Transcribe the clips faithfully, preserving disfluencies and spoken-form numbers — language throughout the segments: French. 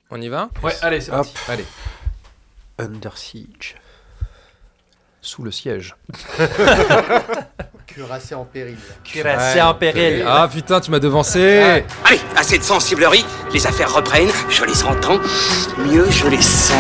On y va ? Ouais, allez, c'est parti. Allez. Under Siege. Sous le siège. Cuirassé en péril. Cuirassé en péril. Ah putain, tu m'as devancé. Allez, assez de sensiblerie, les affaires reprennent, je les entends, mieux je les sens.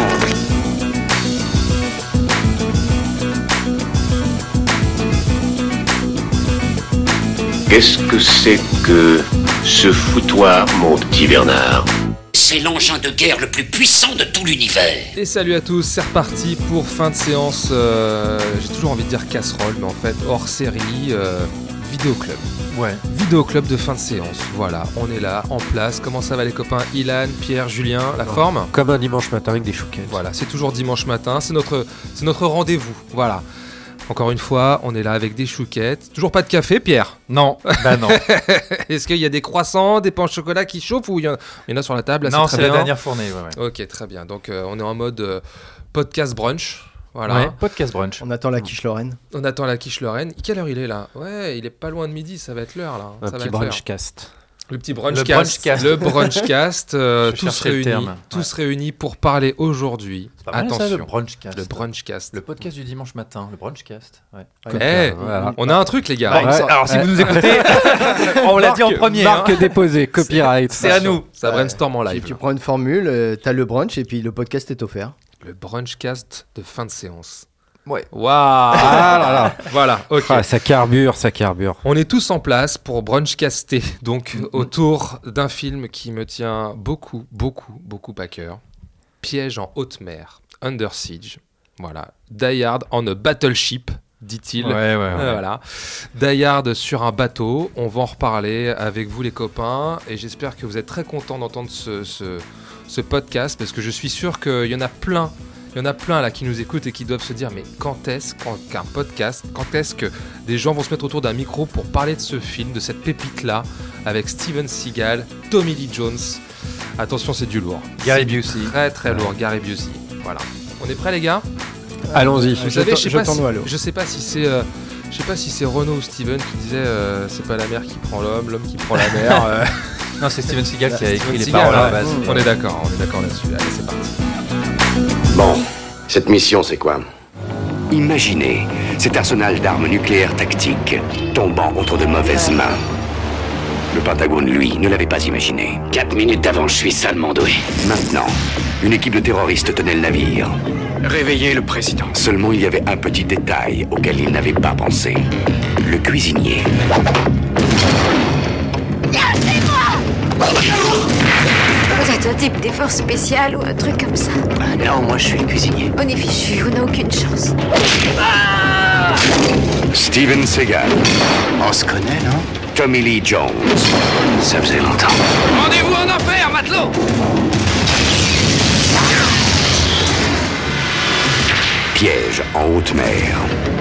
Qu'est-ce que c'est que ce foutoir, mon petit Bernard ? C'est l'engin de guerre le plus puissant de tout l'univers. Et salut à tous, c'est reparti pour fin de séance. Euh, j'ai toujours envie de dire casserole, mais en fait hors série, euh, vidéo club. Ouais. Vidéo club de fin de séance. Voilà, on est là, en place. Comment ça va les copains ? Ilan, Pierre, Julien, la forme ? Comme un dimanche matin avec des chouquettes. Voilà, c'est toujours dimanche matin, c'est notre, c'est notre rendez-vous. Voilà. Encore une fois, on est là avec des chouquettes. Toujours pas de café, Pierre ? Non, bah non. Est-ce qu'il y a des croissants, des pains au chocolat qui chauffent ou il y en a, il y en a sur la table là, Non, c'est, c'est très la bien. dernière fournée. Ouais, ouais. Ok, très bien. Donc euh, on est en mode euh, podcast brunch. Voilà. Ouais, podcast brunch. On attend la quiche Lorraine. On attend la quiche Lorraine. Quelle heure il est là ? Ouais, il est pas loin de midi, ça va être l'heure là. Un ça va petit être l'heure. brunchcast. Le petit Le brunchcast. brunchcast. Le brunchcast. euh, Je tous cherchais le réunis. terme. Tous réunis pour parler aujourd'hui. C'est pas mal, Attention. ça, le brunchcast. Le brunchcast. Le podcast du dimanche matin, le brunchcast. Ouais. Eh, Voilà. on a un truc les gars. Ouais, Ouais. alors, si Ouais. vous nous écoutez, on l'a dit en Marque- premier. Marque hein. déposée, copyright. C'est à nous. Ça brainstorm en Tu, live. tu prends une formule, euh, t'as le brunch et puis le podcast est offert. Le brunchcast de fin de séance. Ouais. Waouh. Ah là là. Voilà, ok. Ah, ça carbure, ça carbure. On est tous en place pour brunchcaster, donc autour d'un film qui me tient beaucoup, beaucoup, beaucoup à cœur. Piège en haute mer, Under Siege. Voilà. Die Hard on a battleship, dit-il. Ouais, ouais, ouais. Euh, Voilà. Die Hard sur un bateau. On va en reparler avec vous les copains et j'espère que vous êtes très contents d'entendre ce, ce, ce podcast parce que je suis sûr qu'il y en a plein. Il y en a plein là qui nous écoutent et qui doivent se dire mais quand est-ce quand, qu'un podcast, quand est-ce que des gens vont se mettre autour d'un micro pour parler de ce film, de cette pépite-là, avec Steven Seagal, Tommy Lee Jones. Attention, c'est du lourd. Gary C'est Busey. Très très lourd, Gary Busey. Voilà. On est prêts les gars ? Allons-y. Vous je savez, t'en- je sais je pas, t'en si, dois, allô. je sais pas si c'est, euh, je sais pas si c'est Renaud ou Steven qui disait euh, c'est pas la mer qui prend l'homme, l'homme qui prend la mer. euh. Non, c'est Steven Seagal qui a écrit Steven les Seagal, paroles à la ouais. base. On est d'accord, on est d'accord là-dessus. Allez, c'est parti. Bon, cette mission, c'est quoi ? Imaginez cet arsenal d'armes nucléaires tactiques tombant entre de mauvaises mains. Le Pentagone, lui, ne l'avait pas imaginé. Quatre minutes d'avance, je suis salement doué. Maintenant, une équipe de terroristes tenait le navire. Réveillez le président. Seulement, il y avait un petit détail auquel il n'avait pas pensé. Le cuisinier. Vous êtes un type des forces spéciales ou un truc comme ça. Ah non, moi, je suis le cuisinier. On est fichu, on n'a aucune chance. Steven Seagal. On se connaît, non? Tommy Lee Jones. Ça faisait longtemps. Rendez-vous en enfer, matelot! Piège en haute mer.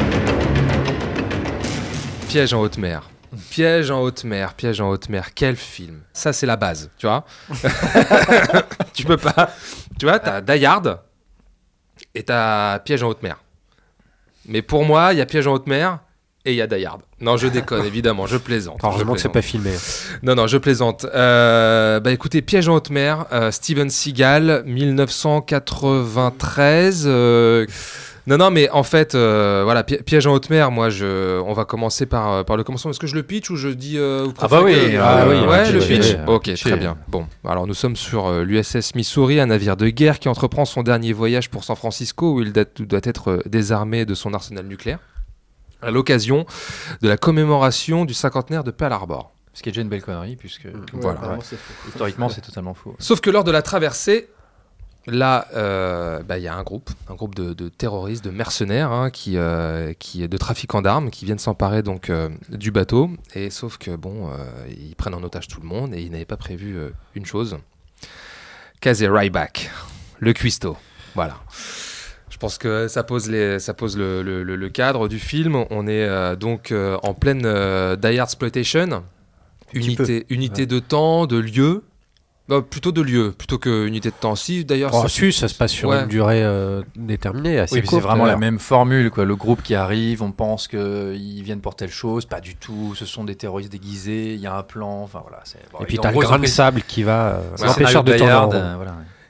Piège en haute mer. Piège en haute mer, piège en haute mer. Quel film. Ça, c'est la base, tu vois. Tu peux pas. Tu vois, t'as Die Hard et t'as Piège en haute mer. Mais pour moi, il y a Piège en haute mer et il y a Die Hard. Non, je déconne, évidemment, je plaisante. Heureusement que je c'est plaisante. pas filmé. Non, non, je plaisante. Euh, bah écoutez, Piège en haute mer, euh, Steven Seagal, dix-neuf cent quatre-vingt-treize. Euh, non, non, mais en fait, euh, voilà, pi- Piège en haute mer, moi, je, on va commencer par, euh, par le commencement. Est-ce que je le pitch ou je dis euh, vous Ah bah préférez oui, que- ah oui, ouais, tu le le pitch. fais, Ok, tu très fais. bien. Bon, alors nous sommes sur euh, l'U S S Missouri, un navire de guerre qui entreprend son dernier voyage pour San Francisco, où il date- doit être euh, désarmé de son arsenal nucléaire, à l'occasion de la commémoration du cinquantenaire de Pearl Harbor. Ce qui est déjà une belle connerie, puisque Voilà. apparemment, c'est faux. historiquement, c'est totalement faux. Sauf que lors de la traversée, là, euh, bah, il y a un groupe, un groupe de, de terroristes, de mercenaires, hein, qui, euh, qui, de trafiquants d'armes, qui viennent s'emparer donc euh, du bateau. Et sauf que bon, euh, ils prennent en otage tout le monde et ils n'avaient pas prévu euh, une chose. Casey Ryback, le cuistot. Voilà. Je pense que ça pose, les, ça pose le, le, le- le cadre du film. On est euh, donc euh, en pleine euh, Die Hard exploitation, unité, unité de temps, de lieu. Bah, plutôt de lieu, plutôt que unité de temps. Si, d'ailleurs, Oh, ça- si, ça se passe sur Ouais. une durée euh, déterminée, assez Oui, puis c'est courte. vraiment la d'ailleurs. même formule, quoi. Le groupe qui arrive, on pense qu'ils viennent pour telle chose, pas du tout. Ce sont des terroristes déguisés. Il y a un plan. Enfin voilà. C'est, bon, Et puis en t'as le gros, ils ont grain de pris- sable qui va. Euh, Ouais, c'est l'empêcheur de scénario tourner en Die Hard, rond. euh, voilà, ouais.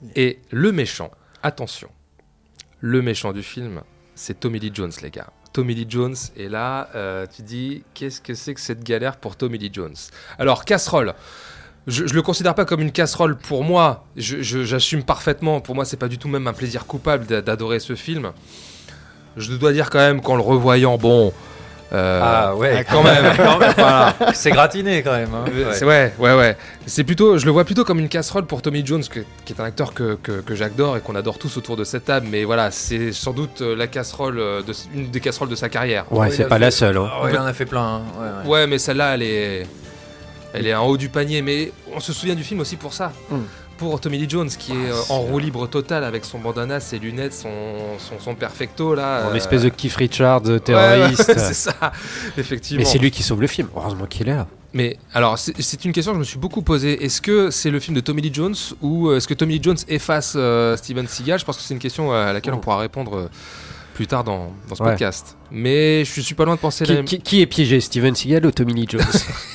Et le méchant, attention, le méchant du film, c'est Tommy Lee Jones, les gars. Tommy Lee Jones, et là, euh, tu dis, qu'est-ce que c'est que cette galère pour Tommy Lee Jones ? Alors, casserole. Je, je le considère pas comme une casserole pour moi. Je, je, j'assume parfaitement. Pour moi, c'est pas du tout même un plaisir coupable d'a- d'adorer ce film. Je dois dire quand même qu'en le revoyant, bon. Euh, Ah ouais, quand même. quand même. Voilà. C'est gratiné quand même. Hein. Euh, c'est- Ouais, ouais, ouais. C'est plutôt, je le vois plutôt comme une casserole pour Tommy Jones, que- qui est un acteur que, que, que j'adore et qu'on adore tous autour de cette table. Mais voilà, c'est sans doute euh, la casserole, euh, de, une des casseroles de sa carrière. Ouais, il c'est a pas fait- la seule. Hein. Ah ouais, il en a fait plein. Hein. Ouais, ouais. Ouais, mais celle-là, elle est, elle est en haut du panier. Mais on se souvient du film aussi pour ça. Mm. Pour Tommy Lee Jones, qui est euh, en roue libre totale avec son bandana, ses lunettes, son, son, son perfecto là. En euh, espèce de Keith Richards, euh, ouais, terroriste. ouais, c'est ça, effectivement. Mais c'est lui qui sauve le film. Heureusement qu'il est là. Mais alors, c'est, c'est une question que je me suis beaucoup posée. Est-ce que c'est le film de Tommy Lee Jones ou euh, est-ce que Tommy Lee Jones efface euh, Steven Seagal ? Je pense que c'est une question à laquelle on pourra répondre euh, plus tard dans, dans ce Ouais. podcast. Mais je suis pas loin de penser la Qui, même. qui- qui est piégé, Steven Seagal ou Tommy Lee Jones?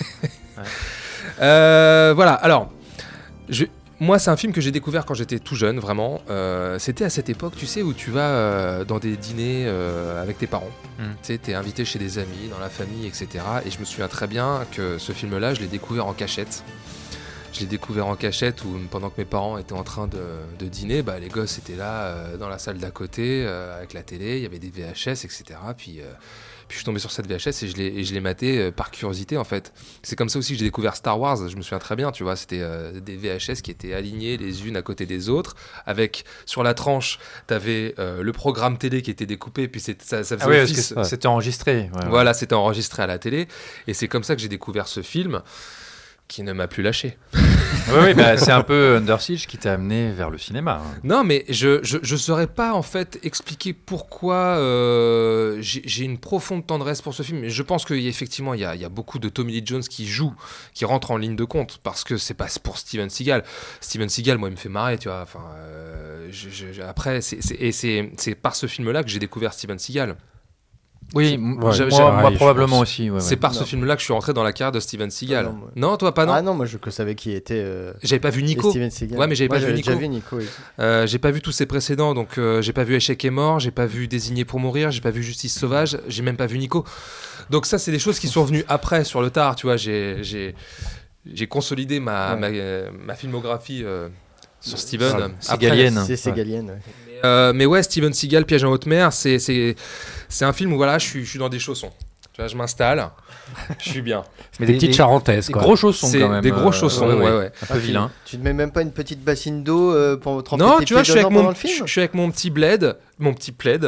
Euh, voilà, alors, je- moi c'est un film que j'ai découvert quand j'étais tout jeune, vraiment. Euh, c'était à cette époque, tu sais, où tu vas euh, dans des dîners euh, avec tes parents. Mm. Tu sais, t'es invité chez des amis, dans la famille, et cetera. Et je me souviens très bien que ce film-là, je l'ai découvert en cachette. Je l'ai découvert en cachette où pendant que mes parents étaient en train de, de dîner, bah, les gosses étaient là euh, dans la salle d'à côté euh, avec la télé, il y avait des V H S, et cetera. Puis, euh, puis je suis tombé sur cette V H S et je l'ai, et je l'ai maté euh, par curiosité en fait. C'est comme ça aussi que j'ai découvert Star Wars, je me souviens très bien, tu vois, c'était euh, des V H S qui étaient alignées les unes à côté des autres, avec sur la tranche, t'avais euh, le programme télé qui était découpé, puis c'est, ça, ça faisait Ah oui, parce office. que c'était enregistré. Ouais, ouais. Voilà, c'était enregistré à la télé, et c'est comme ça que j'ai découvert ce film qui ne m'a plus lâché. Oui, oui, bah, c'est un peu Under Siege qui t'a amené vers le cinéma. hein. Non, mais je je, je saurais pas en fait expliquer pourquoi euh, j'ai, j'ai une profonde tendresse pour ce film. Je pense qu'effectivement il y a, il y a beaucoup de Tommy Lee Jones qui jouent, qui rentrent en ligne de compte parce que c'est pas pour Steven Seagal. Steven Seagal, moi, il me fait marrer, tu vois. Enfin, euh, je, je- après, c'est, c'est, et c'est, c'est par ce film-là que j'ai découvert Steven Seagal. Oui, Ouais, m- j'ai- moi, j'ai- moi, pareil, je probablement pense. aussi. Ouais, ouais. C'est par Non. ce film-là que je suis rentré dans la carrière de Steven Seagal. Ah non, non, moi- toi pas non. Ah non, moi je que savais qui était. Euh, J'avais pas vu Nico. Steven Seagal. Ouais, mais j'avais Moi, pas vu déjà Nico. vu Nico. oui. Euh, j'ai pas vu tous ses précédents, donc euh, j'ai pas vu Échec est mort, j'ai pas vu Désigné pour mourir, j'ai pas vu Justice sauvage, j'ai même pas vu Nico. Donc ça, c'est des choses qui sont venues après, sur le tard, tu vois. J'ai, j'ai, j'ai consolidé ma, Ouais. ma, euh, ma filmographie euh, sur Steven. Ouais, après. Seagalienne. C'est Ouais. Ségalienne. ouais. Euh, mais ouais, Steven Seagal, Piège en haute mer, c'est, c'est, c'est un film où voilà, je suis, je suis dans des chaussons. Tu vois, je m'installe, je suis bien. Mais Des petites charentaises, des quoi. gros chaussons C'est quand même. des gros euh, chaussons, ouais, ouais. Un peu vilain. Tu te mets même pas une petite bassine d'eau euh, pour tremper Non, tes tu vois, pieds je suis, avec dedans mon, pendant le je, film. je suis avec mon petit bled, mon petit plaid.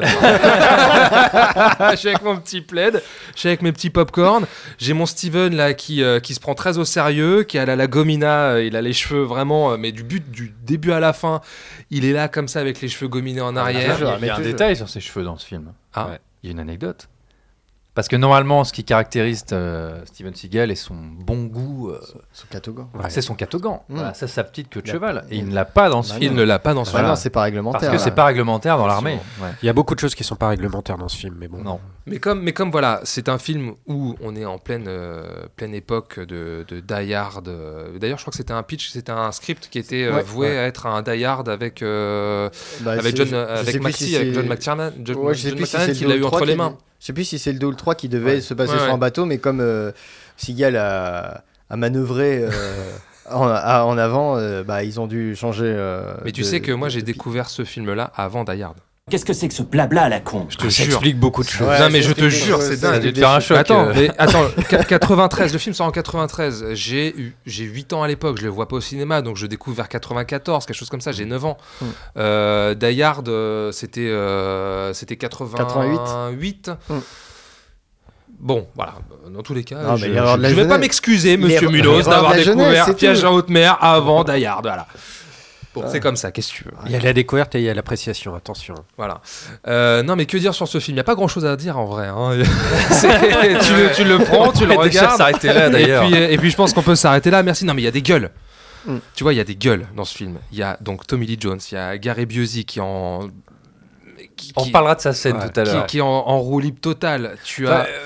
Je suis avec mon petit plaid, je suis avec mes petits popcorn. J'ai mon Steven là qui, euh, qui se prend très au sérieux, qui a la, la gomina, euh, il a les cheveux vraiment, euh, mais du but du début à la fin, il est là comme ça avec les cheveux gominés en arrière. Il y a, il y a un toujours. détail sur ses cheveux dans ce film. Ah. Ouais. Il y a une anecdote. Parce que normalement, ce qui caractérise euh, Steven Seagal et son bon goût, euh, Son catogan. Ouais. c'est son catogan. Mm. Voilà, ça, sa petite queue de Il a- cheval. Et il- il ne l'a pas dans ce Bah Il film. ne l'a pas dans ce Ah film. non, c'est pas réglementaire. Parce que c'est là. pas réglementaire dans l'armée. Ouais. Il y a beaucoup de choses qui sont pas réglementaires dans ce film, mais bon. Non. Mais comme, mais comme voilà, c'est un film où on est en pleine, euh, pleine époque de, de Die Hard. euh, D'ailleurs, je crois que c'était un pitch, c'était un script qui était euh, Ouais, voué ouais. à être un Die Hard avec, euh, Bah, avec c'est- John, je- euh, je sais avec plus Maxi, si avec c'est- John McTiernan, John, Ouais, je sais John plus si McTiernan c'est qui le l'a deux eu ou entre trois les qui- mains. Je sais plus si c'est le deux ou le trois qui devait Ouais. se passer Ouais, sur ouais. un bateau, mais comme euh, Seagal a, a manœuvré euh, en, à- en avant, euh, bah, ils ont dû changer. euh, Mais tu de- sais que moi de- j'ai de- découvert ce film-là avant Die Hard. Qu'est-ce que c'est que ce blabla à la con? Je te Ça jure. explique beaucoup de choses. Ouais, non mais ça je te explique des jure, choses, c'est ça Ça a dingue. dû te faire un choc. Attends, euh. mais attends, qu- quatre-vingt-treize, le film sort en quatre-vingt-treize. J'ai eu, j'ai huit ans à l'époque, je le vois pas au cinéma, donc je découvre vers quatre-vingt-quatorze, quelque chose comme ça. J'ai neuf ans. Mm. Euh, Die Hard, euh, c'était, euh, c'était quatre-vingt-huit. Mm. Bon, voilà. Dans tous les cas, Non, mais je, l'erreur je, de la je vais pas jeunesse. m'excuser, Monsieur L'erreur- Munoz, l'erreur d'avoir de la découvert jeunesse, c'est Piège tout. en haute mer avant Die Hard. Voilà. Bon, c'est comme ça. Qu'est-ce que tu veux? Il y a la découverte et il y a l'appréciation, attention. Voilà. Euh, non, mais que dire sur ce film? Il n'y a pas grand-chose à dire en vrai. Hein. C'est- tu, le, tu le prends, tu le On pourrait déjà regardes. s'arrêter là, Et d'ailleurs. puis, et puis je pense qu'on peut s'arrêter là. Merci. Non, mais il y a des gueules. Mm. Tu vois, il y a des gueules dans ce film. Il y a donc Tommy Lee Jones, il y a Gary Busey qui est en. Qui, On qui- parlera de sa scène Ouais, tout à qui, l'heure. qui est en, en roue libre totale. Tu Enfin, as. euh,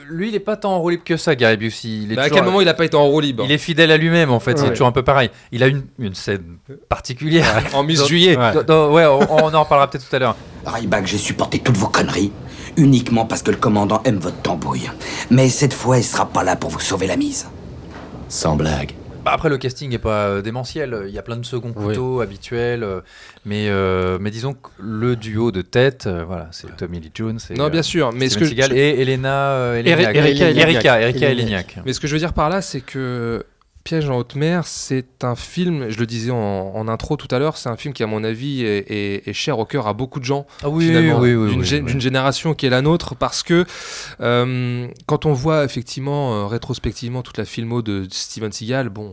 lui, il est pas tant en roue libre que ça, Gary Busey. Il est Bah, à toujours- quel moment il a pas été en roue libre? Il est fidèle à lui-même, en fait. C'est Ouais. toujours un peu pareil. Il a une, une scène particulière. En Miss Dans- Juillet. Ouais. Dans- dans- ouais, on, on en reparlera peut-être tout à l'heure. Ryback, j'ai supporté toutes vos conneries, uniquement parce que le commandant aime votre tambouille. Mais cette fois, il sera pas là pour vous sauver la mise. Sans blague. Bah, après, le casting n'est pas euh, démentiel. Il y a plein de seconds Oui. couteaux habituels. euh, mais, euh, mais disons que le duo de tête, euh, voilà, c'est Tommy Lee Jones. Et, Non, bien euh, sûr, mais ce Steven que je- Seagal et Elena. euh, Eri- Eleniak. Erika Erika, Eleniak. Erika, Eleniak. Eleniak. Mais ce que je veux dire par là, c'est que Piège en haute mer, c'est un film, je le disais en, en intro tout à l'heure, c'est un film qui, à mon avis, est, est- est cher au cœur à beaucoup de gens, Ah oui, finalement, oui, oui, d'une, oui, gé- oui. d'une génération qui est la nôtre, parce que euh, quand on voit effectivement, euh, rétrospectivement, toute la filmo de Steven Seagal, bon.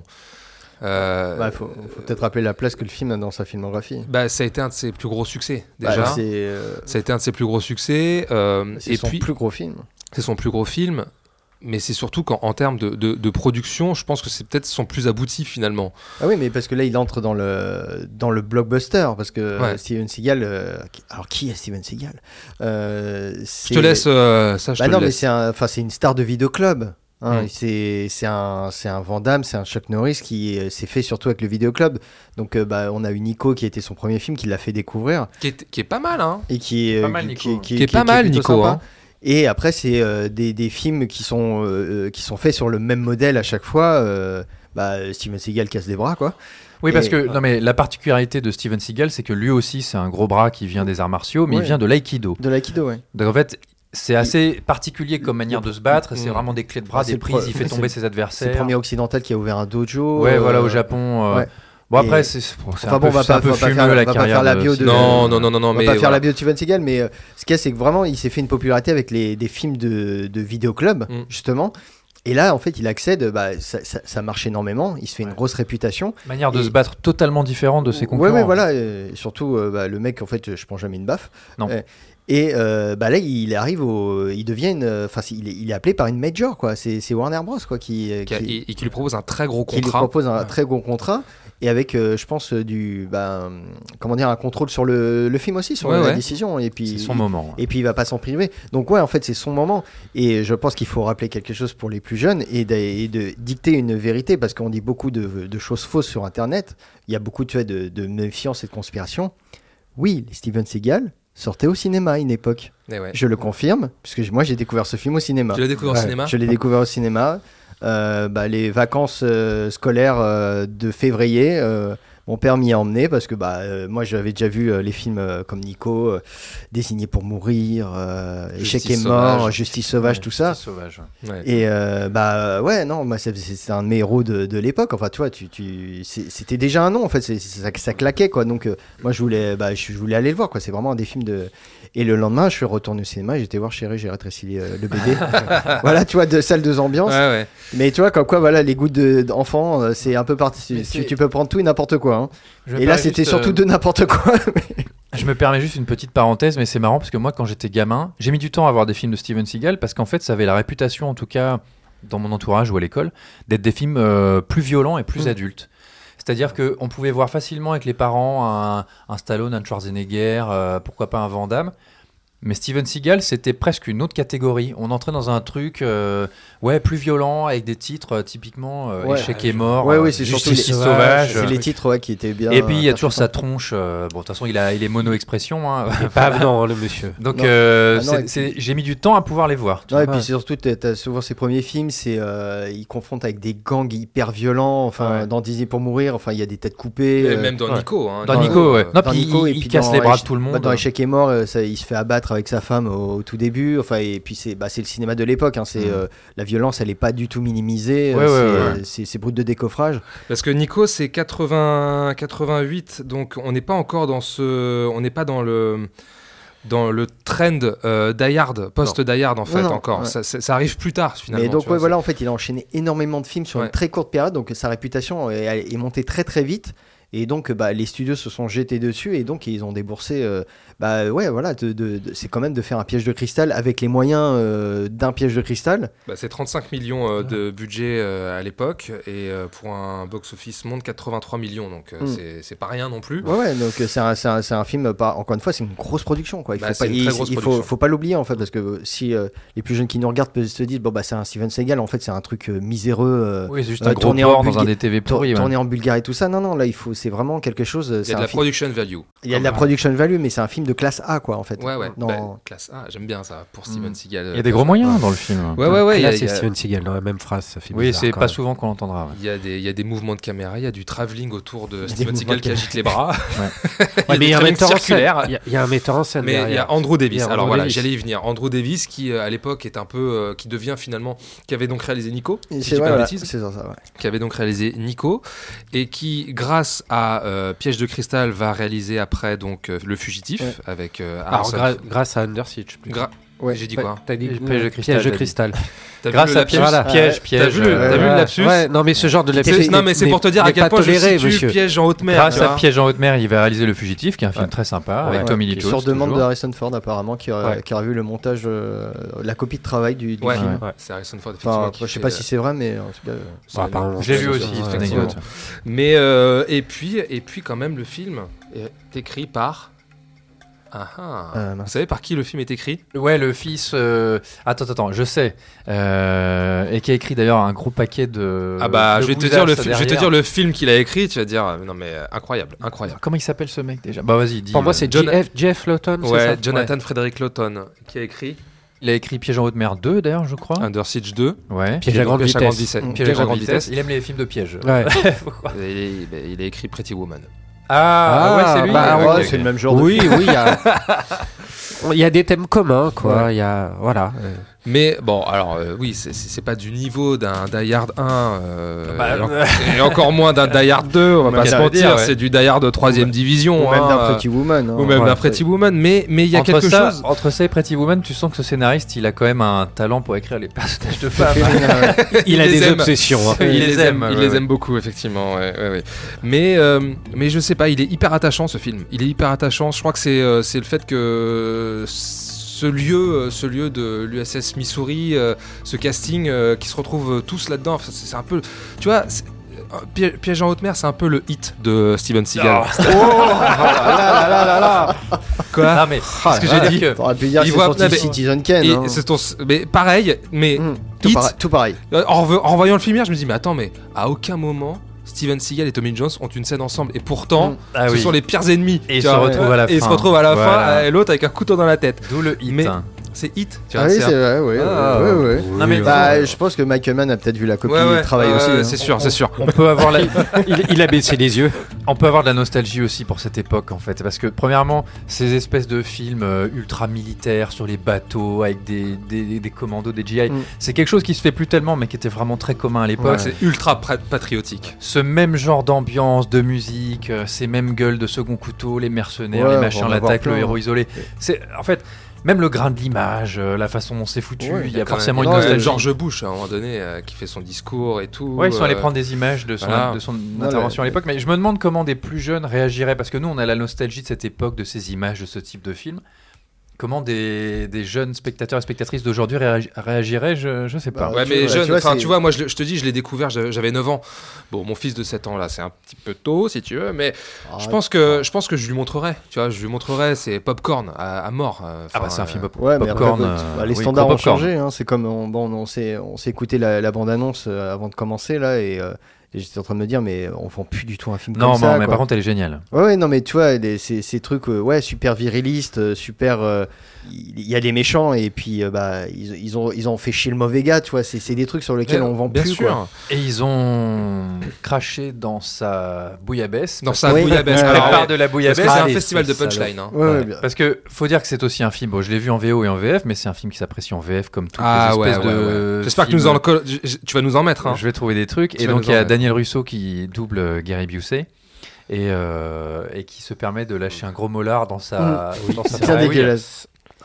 euh, Bah, faut, faut peut-être rappeler la place que le film a dans sa filmographie. bah, ça a été un de ses plus gros succès, Bah, déjà. c'est euh, Ça a été un de ses plus gros succès. euh, c'est et son puis, plus gros film. c'est son plus gros film. Mais c'est surtout qu'en en termes de, de- de production, je pense que c'est peut-être son plus abouti finalement. Ah oui, mais parce que là, il entre dans le, dans le blockbuster. Parce que Ouais. Steven Seagal. euh, qui- alors, qui est Steven Seagal euh, Je te laisse euh, ça, je Bah te non, le mais laisse. c'est, un, 'fin, c'est une star de vidéoclub. Hein. Mm. C'est, c'est, un, c'est un Van Damme, c'est un Chuck Norris qui euh, s'est fait surtout avec le vidéoclub. Donc, euh, bah, on a eu Nico qui a été son premier film, qui l'a fait découvrir. Qui est, qui est pas mal, hein. Et qui est, Pas euh, mal, qui, Nico. qui- Qui est pas mal, plutôt Nico, sympa. hein. Et après, c'est euh, des, des films qui sont, euh, qui sont faits sur le même modèle à chaque fois. Euh, bah, Steven Seagal casse les bras, quoi. Oui, parce Et- que non, mais la particularité de Steven Seagal, c'est que lui aussi, c'est un gros bras qui vient des arts martiaux, mais Ouais. il vient de l'aïkido. De l'aïkido, ouais. Donc en fait, c'est assez particulier comme manière de se battre. C'est Mm. vraiment des clés de bras, Ah, c'est des le pro- prises. Il fait c'est tomber le- ses C'est le adversaires. premier occidental qui a ouvert un dojo. Ouais, euh, voilà, au Japon. euh, ouais. Bon, après, Et- c'est bon, c'est Enfin un bon, peu, on va c'est un pas- peu on va pas fumeux faire- la on va pas carrière faire la de bio de- Steven. Non, non, non, non, non, On va mais pas faire voilà. la bio de Steven Seagal, mais euh, ce qu'il y a, c'est que vraiment, il s'est fait une popularité avec les, des films de, de vidéoclub, Mm. justement. Et là, en fait, il accède, bah, ça, ça, ça marche énormément, il se fait une grosse réputation. Manière de Et- se battre totalement différente de ses Ouais, concurrents. ouais, voilà. euh, et surtout, euh, bah, le mec, en fait, je prends jamais une baffe. Non. Euh, et euh, bah, là, il arrive au. Il devient une. Enfin, il, est, il est appelé par une major, quoi. C'est c'est Warner Bros, quoi, qui, euh, Qui, a- qui, et, et qui lui propose un très gros qui lui contrat. propose un Ouais. très gros contrat. Et avec, euh, je pense, euh, du. Bah, comment dire, un contrôle sur le, le film aussi, sur Ouais, la ouais. décision. Et puis, C'est son moment. et puis il va pas s'en priver. Donc ouais, en fait, c'est son moment. Et je pense qu'il faut rappeler quelque chose pour les plus jeunes et de, et de dicter une vérité, parce qu'on dit beaucoup de, de choses fausses sur Internet. Il y a beaucoup tu vois, de, de méfiance et de conspiration. Oui, Steven Seagal sortait au cinéma à une époque. Eh ouais. Je le confirme, puisque moi j'ai découvert ce film au cinéma. Tu l'as découvert au Ouais, cinéma Je l'ai découvert au cinéma. Euh, bah, les vacances euh, scolaires euh, de février, euh, mon père m'y a emmené parce que bah, euh, moi j'avais déjà vu euh, les films euh, comme Nico, euh, Désigné pour mourir, euh, Justice Échec et mort, sauvage. Justice sauvage, Ouais, tout ça. Justice sauvage. Ouais. Et euh, bah ouais, non, moi c'est, c'est- c'est un de mes héros de, de l'époque. Enfin, tu vois, tu, tu, c'est- c'était déjà un nom en fait, c'est, c'est- ça, ça claquait quoi. Donc euh, moi je voulais, bah, je, je voulais aller le voir quoi. C'est vraiment un des films de. Et le lendemain, je suis retourné au cinéma, j'étais voir Chérie, j'ai rétréci euh, le bébé. Voilà, tu vois, de salle de ambiance. Ouais, ouais. Mais tu vois, comme quoi, voilà, les goûts de- d'enfants, euh, c'est un peu parti. Mais Tu, c'est- tu peux prendre tout et n'importe quoi. hein. Je me Et là, permets c'était juste, surtout euh, de n'importe quoi. Je me permets juste une petite parenthèse, mais c'est marrant parce que moi, quand j'étais gamin, j'ai mis du temps à voir des films de Steven Seagal parce qu'en fait, ça avait la réputation, en tout cas dans mon entourage ou à l'école, d'être des films euh, plus violents et plus Mm. adultes. C'est-à-dire qu'on pouvait voir facilement avec les parents un, un Stallone, un Schwarzenegger, euh, pourquoi pas un Van Damme. Mais Steven Seagal, c'était presque une autre catégorie. On entrait dans un truc euh, ouais, plus violent, avec des titres euh, typiquement euh, Ouais. Échec et mort, Ouais, euh, ouais, c'est surtout Justice les- sauvage. C'est euh, les titres ouais, qui étaient bien. Et puis il y a euh, toujours sa percutants. tronche. euh, bon, de toute façon, il, a, il est mono-expression. Hein. Il est pas avenant, hein, le monsieur. Donc Non. euh, Ah non, c'est- et puis- c'est- j'ai mis du temps à pouvoir les voir. tu Ouais, et vois. puis c'est surtout, t'as t'as souvent ses premiers films, c'est euh, ils confrontent avec des gangs hyper violents. Enfin, Ouais. dans Disney pour mourir, enfin, il y a des têtes coupées. Et euh, même dans ouais. Nico. Hein, Dans Nico, Nico, ouais. euh, Non, dans puis Nico, il, et il puis casse dans les bras Éche- de tout le monde. bah, dans Échec et mort, euh, ça, il se fait abattre avec sa femme au, au tout début. Enfin, et puis c'est bah, c'est le cinéma de l'époque. Hein, c'est Mm. euh, la violence, elle est pas du tout minimisée. Ouais, euh, ouais, c'est, ouais. c'est, c'est brut de décoffrage. Parce que Nico, c'est quatre-vingts, quatre-vingt-huit, donc on n'est pas encore dans ce, on n'est pas dans le, dans le trend euh, Die Hard, post Die Hard en fait non, encore. ouais. Ça, ça- ça arrive plus tard finalement. Mais donc tu ouais, vois, voilà, en fait, il a enchaîné énormément de films sur Ouais. une très courte période, donc sa réputation est, est montée très très vite. Et donc, bah, les studios se sont jetés dessus et donc ils ont déboursé. Euh, bah ouais, voilà, de, de, de, c'est quand même de faire un piège de cristal avec les moyens euh, d'un piège de cristal. Bah, c'est trente-cinq millions euh, de budget euh, à l'époque et euh, pour un box-office monde quatre-vingt-trois millions, donc euh, mm. c'est, c'est pas rien non plus. Ouais, ouais, donc c'est un, c'est un, c'est un film, pas, encore une fois, c'est une grosse production, quoi. Il bah, faut pas, il, il faut, faut pas l'oublier en fait, parce que si euh, les plus jeunes qui nous regardent peuvent se dire, bon bah c'est un Steven Seagal, en fait c'est un truc euh, miséreux. Euh, oui, c'est juste euh, un gros porc dans un des T V pourri. Tourné ouais. en Bulgarie et tout ça. Non, non, là il faut, c'est vraiment quelque chose. Il y a de la film... production value. Il y a de la production value, mais c'est un film de classe A, quoi, en fait. Ouais, ouais. Dans... Bah, classe A, j'aime bien ça pour Steven mm. Seagal. Il y a des gros moyens dans le film. Ouais, ouais, ouais. Là, c'est Steven Seagal dans la même phrase, ça fait Oui, bizarre, c'est pas même. souvent qu'on l'entendra. Ouais. Il y a des, il y a des mouvements de caméra, il y a du travelling autour de Steven Seagal qui agite les bras. Ouais. ouais, mais il y a un metteur en scène. Il y a un metteur en scène. Mais il y a Andrew Davis. Alors voilà, j'allais y venir. Andrew Davis qui à l'époque est un peu, qui devient finalement, qui avait donc réalisé Nico. Si je dis pas de bêtises. C'est ça, ouais. Qui avait donc réalisé Nico et qui, grâce à euh, Piège de cristal, va réaliser après donc euh, Le Fugitif ouais. avec. Euh, Alors gra- grâce à Under Siege. Gra- ouais, j'ai dit quoi? T'as dit Piège de cristal. Piège de cristal. Grâce à piège, voilà. piège, piège. T'as vu le, t'as vu le lapsus? Ouais, non mais ce genre de lapsus. Non mais c'est pour te dire à quel point toléré, je situe Piège en haute mer. Grâce à Piège en haute mer, il va réaliser Le Fugitif, qui est un film ouais. très sympa avec ouais. Tommy Lee Jones. Sur demande de Harrison Ford apparemment, qui a, ouais. qui a vu le montage, euh, la copie de travail du, du ouais. film. Ouais. C'est Harrison Ford. Enfin, je sais pas si c'est vrai, mais en tout cas, bah, apparemment, je l'ai vu aussi cette anecdote. Mais euh, et puis et puis quand même le film est écrit par. Ah ah. Euh, Vous savez par qui le film est écrit? Ouais, le fils. Euh... Attends, attends, je sais. Euh... Et qui a écrit d'ailleurs un gros paquet de. Ah bah, de je vais te dire le, fi- je vais te dire le film qu'il a écrit. Tu vas dire non mais incroyable, incroyable. Comment il s'appelle ce mec déjà? Bah vas-y, dis. Pour moi, c'est John... Jeff, Jeff Lawton. Ouais, c'est ça Jonathan ouais. Frederick Lawton qui a écrit. Il a écrit Piège en haute mer deux d'ailleurs, je crois. Under Siege deux. Ouais. Piège à grande vitesse. Grande vitesse. Mmh. Piège à grande vitesse. Il aime les films de piège. Ouais. il, il a écrit Pretty Woman. Ah, ah ouais, c'est lui. Bah, ouais, ouais, okay. c'est le même genre. Oui, de oui, il y a. Il y a des thèmes communs, quoi. Il ouais. y a, voilà. Mais bon, alors euh, oui, c'est, c'est, c'est pas du niveau d'un Die Hard un, euh, bah, et, en, et encore moins d'un Die Hard deux. On va pas se mentir, dire, ouais. c'est du Die Hard de troisième division, ou même hein, d'un Pretty Woman, hein. ou même ouais, d'un Pretty Woman. Mais mais il y a entre quelque ça, chose entre ça et Pretty Woman. Tu sens que ce scénariste, il a quand même un talent pour écrire les personnages de femmes. il, il a des aime. obsessions. Hein. Il, il les aime, aime il ouais, les ouais. aime beaucoup, effectivement. Ouais, ouais, ouais. Mais euh, mais je sais pas, il est hyper attachant ce film. Il est hyper attachant. Je crois que c'est euh, c'est le fait que ce lieu, ce lieu de l'U S S Missouri, euh, ce casting euh, qui se retrouvent tous là-dedans, enfin, c'est, c'est un peu, tu vois, Piège, Piège en haute mer, c'est un peu le hit de Steven Seagal. Oh, oh là là là là là. Quoi? Non mais ah, ce que j'ai dit que t'aurais pu dire que c'est sorti mais, Citizen Kane. Et hein. c'est ton, mais pareil, mais mmh, tout, hit, pareil, tout pareil. En, rev- en revoyant le film hier, je me dis mais attends, mais à aucun moment Steven Seagal et Tommy Jones ont une scène ensemble et pourtant mmh. ah, ce oui. sont les pires ennemis. Et ils se retrouvent à la fin. Et ils se retrouvent à la voilà. fin et l'autre avec un couteau dans la tête. D'où le hit. Mais c'est hit. Tu ah vois, oui, c'est, c'est vrai, oui. Ah, oui, oui, oui. Non, mais bah, je pense que Michael Mann a peut-être vu la copie ouais, ouais, et travaille euh, aussi. Ouais, hein. c'est sûr, c'est sûr. On peut avoir la... il, il a baissé les yeux. On peut avoir de la nostalgie aussi pour cette époque en fait, parce que premièrement, ces espèces de films euh, ultra militaires sur les bateaux avec des, des, des commandos, des G I, mm. c'est quelque chose qui se fait plus tellement, mais qui était vraiment très commun à l'époque. Ouais, c'est ultra patriotique. Ce même genre d'ambiance, de musique, euh, ces mêmes gueules de second couteau, les mercenaires, ouais, les machins, l'attaque, le héros isolé. C'est en fait. Même le grain de l'image, euh, la façon dont c'est foutu, ouais, il y a forcément même, une nostalgie. George Bush, à un moment donné, euh, qui fait son discours et tout. Ouais, ils sont allés euh... prendre des images de son, voilà. de son non, intervention ouais, à l'époque. Mais je me demande comment des plus jeunes réagiraient, parce que nous, on a la nostalgie de cette époque, de ces images, de ce type de film. Comment des, des jeunes spectateurs et spectatrices d'aujourd'hui réagi- réagiraient, je, je sais pas. Bah, ouais, mais jeunes, tu, tu vois, moi, je, je te dis, je l'ai découvert, j'avais neuf ans. Bon, mon fils de sept ans, là, c'est un petit peu tôt, si tu veux, mais ah, je, pense que, je pense que je lui montrerai, tu vois, je lui montrerai, c'est Popcorn à, à mort. Euh, ah bah, c'est un film pop- ouais, Popcorn. Mais après, bah, les oui, standards ont changé, hein, c'est comme, on, bon, on s'est, on s'est écouté la, la bande-annonce euh, avant de commencer, là, et... Euh, Et j'étais en train de me dire, mais on vend plus du tout un film non, comme ça. Non, mais quoi. par contre, elle est géniale. Ouais, ouais, non, mais tu vois, les, ces, ces trucs, euh, ouais, super virilistes, euh, super. Il euh, y a des méchants et puis euh, bah ils, ils ont ils ont fait chier le mauvais gars, tu vois. C'est, c'est des trucs sur lesquels bien, on vend bien plus. Sûr. Quoi. Et ils ont craché dans sa bouillabaisse. Dans sa oui. bouillabaisse. Ouais, Alors, ouais. de la bouillabaisse. Parce que c'est ah, un festival c'est de punchline. Hein. Ouais, ouais, ouais. Parce que faut dire que c'est aussi un film. Bon, je l'ai vu en V O et en V F, mais c'est un film qui s'apprécie en V F comme toutes ah, les espèces ouais, de. Ouais, ouais. J'espère que nous en... tu vas nous en mettre. Hein. Je vais trouver des trucs. Tu et donc il y a Daniel Russo qui double Gary Busey. Et, euh, et qui se permet de lâcher un gros molar dans sa. Mmh. Dans sa c'est dégueulasse.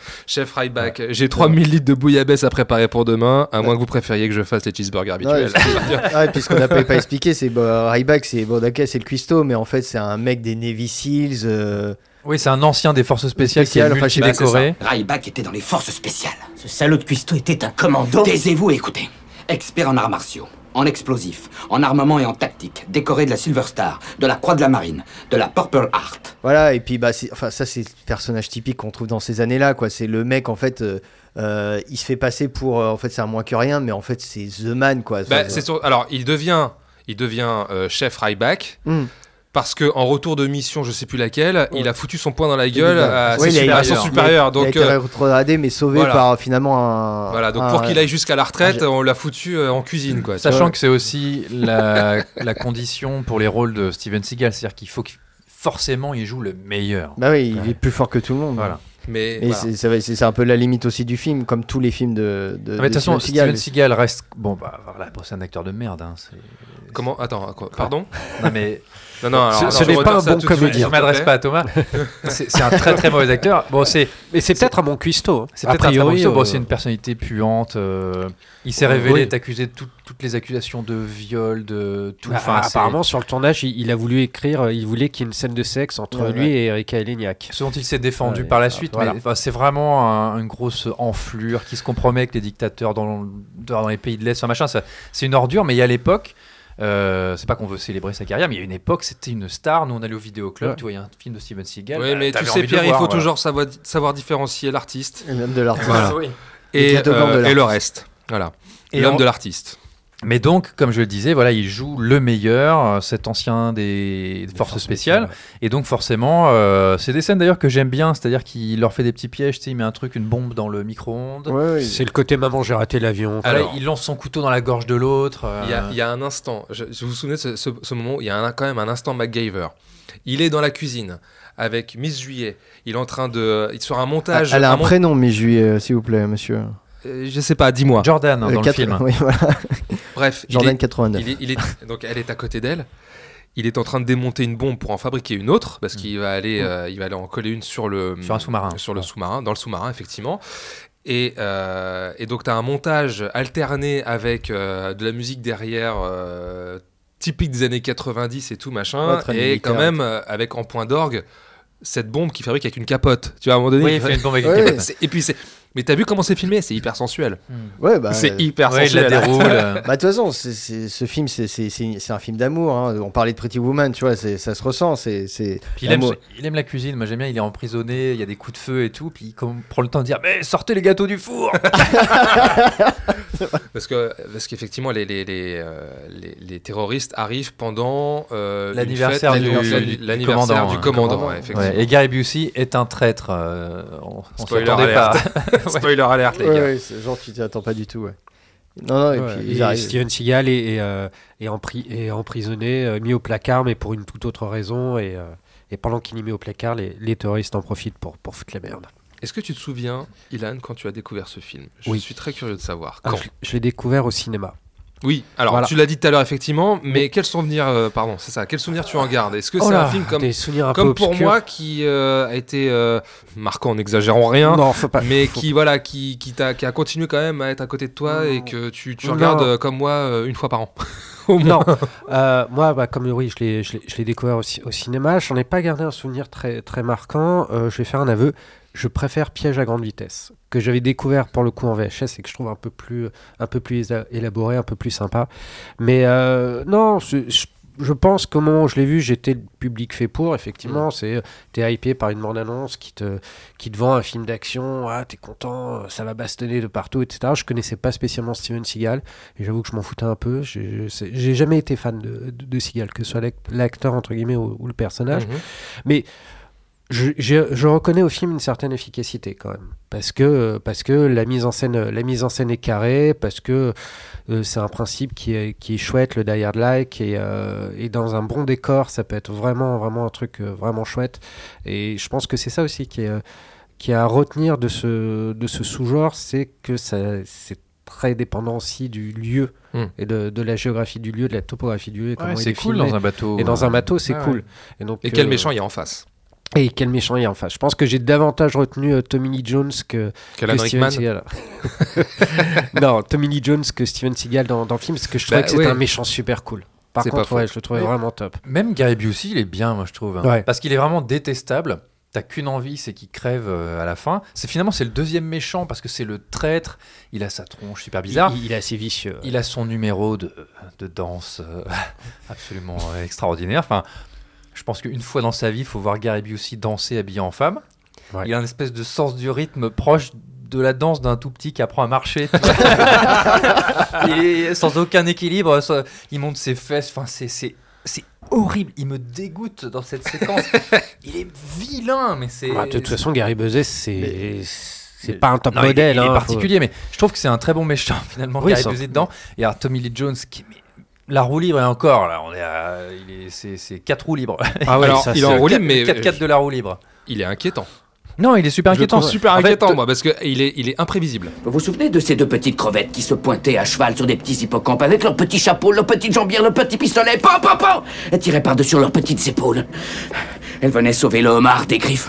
Chef Ryback, j'ai trois mille litres de bouillabaisse à préparer pour demain, à moins que vous préfériez que je fasse les cheeseburgers habituels. Ouais, puis ce qu'on n'a pas, pas expliqué, c'est bah, Ryback, c'est bon, d'accord, c'est le cuistot, mais en fait, c'est un mec des Navy Seals. Euh... Oui, c'est un ancien des forces spéciales Spécial, qui est enfin, chez multi-décoré. Ryback était dans les forces spéciales. Ce salaud de cuistot était un commando. Taisez-vous et écoutez. Expert en arts martiaux, en explosifs, en armement et en tactique, décoré de la Silver Star, de la Croix de la Marine, de la Purple Heart. Voilà, et puis bah, c'est, enfin, ça, c'est le personnage typique qu'on trouve dans ces années-là, quoi. C'est le mec, en fait, euh, euh, il se fait passer pour, euh, en fait, c'est un moins que rien, mais en fait, c'est The Man, quoi. Bah, Ça, c'est sur... Alors, il devient, il devient euh, chef Ryback. Mm. Parce qu'en retour de mission, je sais plus laquelle, ouais. il a foutu son poing dans la gueule à, ouais, ses il a, à son supérieur. Il a, donc, il a été rétrogradé, mais sauvé voilà. par finalement un. Voilà, donc un, pour qu'il aille jusqu'à la retraite, un... on l'a foutu en cuisine, quoi. Sachant que c'est aussi la, la condition pour les rôles de Steven Seagal, c'est-à-dire qu'il faut qu'il, forcément il joue le meilleur. Bah oui, il ouais. est plus fort que tout le monde. Voilà. Mais et voilà. c'est, c'est, c'est un peu la limite aussi du film, comme tous les films de. de ah, mais de toute façon, Steven Seagal. Steven Seagal reste. Bon, bah voilà, c'est un acteur de merde. Hein, c'est... Comment Attends, quoi Pardon Non, mais. Non, non, alors, ce, alors, ce n'est pas un bon comédien. Je m'adresse pas à Thomas. c'est, c'est un très très mauvais acteur. Bon, c'est, mais c'est, c'est peut-être un bon cuistot. Hein. C'est a peut-être priori, un très bon cuistot. Euh... Bon, c'est une personnalité puante. Euh... Il s'est révélé oui. être accusé de tout, toutes les accusations de viol, de tout. Bah, enfin, apparemment, sur le tournage, il, il a voulu écrire, il voulait qu'il y ait une scène de sexe entre ouais, lui ouais. et Erika Eleniak. Ce dont il s'est défendu ouais, par la suite. Voilà. Mais enfin, c'est vraiment un, une grosse enflure qui se compromet avec les dictateurs dans, dans les pays de l'Est. Enfin, machin, ça, c'est une ordure, mais il y a l'époque. Euh, c'est pas qu'on veut célébrer sa carrière, mais il y a une époque, c'était une star. Nous, on allait au vidéoclub, ouais. tu vois, il y a un film de Steven Seagal. Oui, bah, mais tu sais, Pierre, il faut voilà. toujours savoir, savoir différencier l'artiste. Et l'homme de l'artiste. Voilà. oui. et, et, euh, de l'artiste. Et le reste. Voilà. Et l'homme on... de l'artiste. Mais donc, comme je le disais, voilà, il joue le meilleur, cet ancien des forces, forces spéciales. spéciales. Et donc, forcément, euh, c'est des scènes d'ailleurs que j'aime bien, c'est-à-dire qu'il leur fait des petits pièges, tu sais, il met un truc, une bombe dans le micro-ondes. Ouais, ouais, c'est le côté maman, j'ai raté l'avion. Alors, il lance son couteau dans la gorge de l'autre. Euh... Il, y a, il y a un instant, je, je vous souvenez de ce, ce, ce moment où il y a un, quand même un instant MacGyver. Il est dans la cuisine avec Miss Juillet. Il est en train de. Il sur un montage. Elle a un, un prénom, Miss Juillet, s'il vous plaît, monsieur. Euh, je sais pas, dis-moi. Jordan euh, dans quatre... le film. Oui, voilà. Bref, Jordan il est, quatre-vingt-neuf. Il est, il est, donc elle est à côté d'elle. Il est en train de démonter une bombe pour en fabriquer une autre parce mmh. qu'il va aller, euh, il va aller en coller une sur le sur un sous-marin, sur le sous-marin, dans le sous-marin effectivement. Et, euh, et donc tu as un montage alterné avec euh, de la musique derrière. Euh, typique des années quatre-vingt-dix et tout machin, ouais, et quand même euh, avec en point d'orgue cette bombe qui fabrique avec une capote. Tu vois, à un moment donné, oui, il fait une bombe avec ouais, une capote. C'est, et puis c'est. Mais t'as vu comment c'est filmé ? C'est hyper sensuel. Mmh. Ouais, bah, c'est euh... hyper ouais, sensuel. Il la déroule. Bah de toute façon, c'est, c'est, ce film, c'est, c'est, c'est, c'est un film d'amour. Hein. On parlait de Pretty Woman, tu vois, c'est, ça se ressent. C'est, c'est puis il aime, il aime la cuisine. Moi j'aime bien. Il est emprisonné. Il y a des coups de feu et tout. Puis il prend le temps de dire, mais sortez les gâteaux du four. parce que parce qu'effectivement les les, les, euh, les les terroristes arrivent pendant euh, l'anniversaire, fête, du, l'anniversaire du, du l'anniversaire commandant. Du commandant, ouais, effectivement. Ouais, et Gary Busey est un traître. Euh, on, on Spoiler alerte. Pas. Spoiler alerte, les ouais, gars. Ouais, c'est genre tu t'y attends pas du tout, ouais. Non, non, et ouais, puis et arrivent... Steven Seagal est, est, euh, est, empri- est emprisonné, euh, mis au placard, mais pour une toute autre raison. Et, euh, et pendant qu'il est mis au placard, les, les terroristes en profitent pour, pour foutre la merde. Est-ce que tu te souviens, Ilan, quand tu as découvert ce film ? Je oui. suis très curieux de savoir. Quand Alors, je, je l'ai découvert au cinéma. Oui, alors voilà. Tu l'as dit tout à l'heure effectivement, mais oui. quel souvenir, euh, pardon, c'est ça, quel souvenir tu en gardes ? Est-ce que oh c'est là, un film comme, un comme pour obscurs. moi qui euh, a été euh, marquant, n'exagérons rien, non, faut pas, mais faut qui pas. voilà, qui, qui, t'a, qui a continué quand même à être à côté de toi non. et que tu, tu non. regardes euh, comme moi euh, une fois par an. non, euh, moi, bah, comme oui, je l'ai, je l'ai, je l'ai découvert au, au cinéma, j'en ai pas gardé un souvenir très, très marquant. Euh, je vais faire un aveu. Je préfère Piège à grande vitesse, que j'avais découvert pour le coup en V H S et que je trouve un peu plus, un peu plus élaboré, un peu plus sympa. Mais euh, non, je, je pense qu'au moment où je l'ai vu, j'étais le public fait pour, effectivement. Mmh. C'est, t'es hypé par une bande-annonce qui te, qui te vend un film d'action, ah, t'es content, ça va bastonner de partout, et cetera. Je connaissais pas spécialement Steven Seagal, et j'avoue que je m'en foutais un peu. J'ai, j'ai jamais été fan de, de, de Seagal, que ce soit l'acteur, entre guillemets, ou, ou le personnage. Mmh. Mais... Je, je, je reconnais au film une certaine efficacité quand même, parce que, parce que la, mise en scène, la mise en scène est carrée, parce que euh, c'est un principe qui est, qui est chouette, le Die Hard-like, et, euh, et dans un bon décor, ça peut être vraiment, vraiment un truc euh, vraiment chouette. Et je pense que c'est ça aussi qui est, euh, qui est à retenir de ce, de ce sous-genre, c'est que ça, c'est très dépendant aussi du lieu mmh. et de, de la géographie du lieu, de la topographie du lieu. Et ouais, c'est cool filmé. Dans un bateau. Et dans un bateau, c'est ah, cool. Ouais. Et, donc, et quel euh, méchant il y a en face ? Et quel méchant il y a en face. Je pense que j'ai davantage retenu euh, Tommy Lee Jones que, Qu'Alan que Steven Rickman. Seagal. Non, Tommy Lee Jones que Steven Seagal dans, dans le film, parce que je trouvais Bah, que c'était ouais. un méchant super cool. Par C'est contre, pas ouais, faux. je le trouvais Mais- vraiment top. Même Gary Busey, il est bien, moi, je trouve. hein. Ouais. Parce qu'il est vraiment détestable. T'as qu'une envie, c'est qu'il crève euh, à la fin. C'est finalement c'est le deuxième méchant parce que c'est le traître. Il a sa tronche super bizarre. Il, il est assez vicieux. Il a son numéro de, de danse euh, absolument euh, extraordinaire. Enfin, je pense qu'une fois dans sa vie, il faut voir Gary Busey danser habillé en femme. Ouais. Il a une espèce de sens du rythme proche de la danse d'un tout petit qui apprend à marcher. Il est sans aucun équilibre. ça- il monte ses fesses. Enfin, c'est, c'est, c'est horrible. Il me dégoûte dans cette séquence. Il est vilain, mais c'est. Bah, de toute façon, Gary Busey, c'est Mais- c'est pas un top Non, il est- modèle. il, est hein, faut- particulier, mais je trouve que c'est un très bon méchant finalement. Oui, Gary ça- Busey dedans. Et alors Tommy Lee Jones qui mais, la roue libre et encore là, on est, à, il est c'est, c'est quatre roues libres. Ah ouais, Alors, ça, il c'est- est en roue libre, mais quatre quatre de la roue libre. il est inquiétant. Non, il est super Je le inquiétant. trouve super En fait, inquiétant, t- moi, parce qu'il est, il est imprévisible. Vous vous souvenez de ces deux petites crevettes qui se pointaient à cheval sur des petits hippocampes avec leurs petits chapeaux, leurs petites jambières, leurs petits pistolets, pam pam pam, et tiraient par-dessus leurs petites épaules. Elles venaient sauver le homard des griffes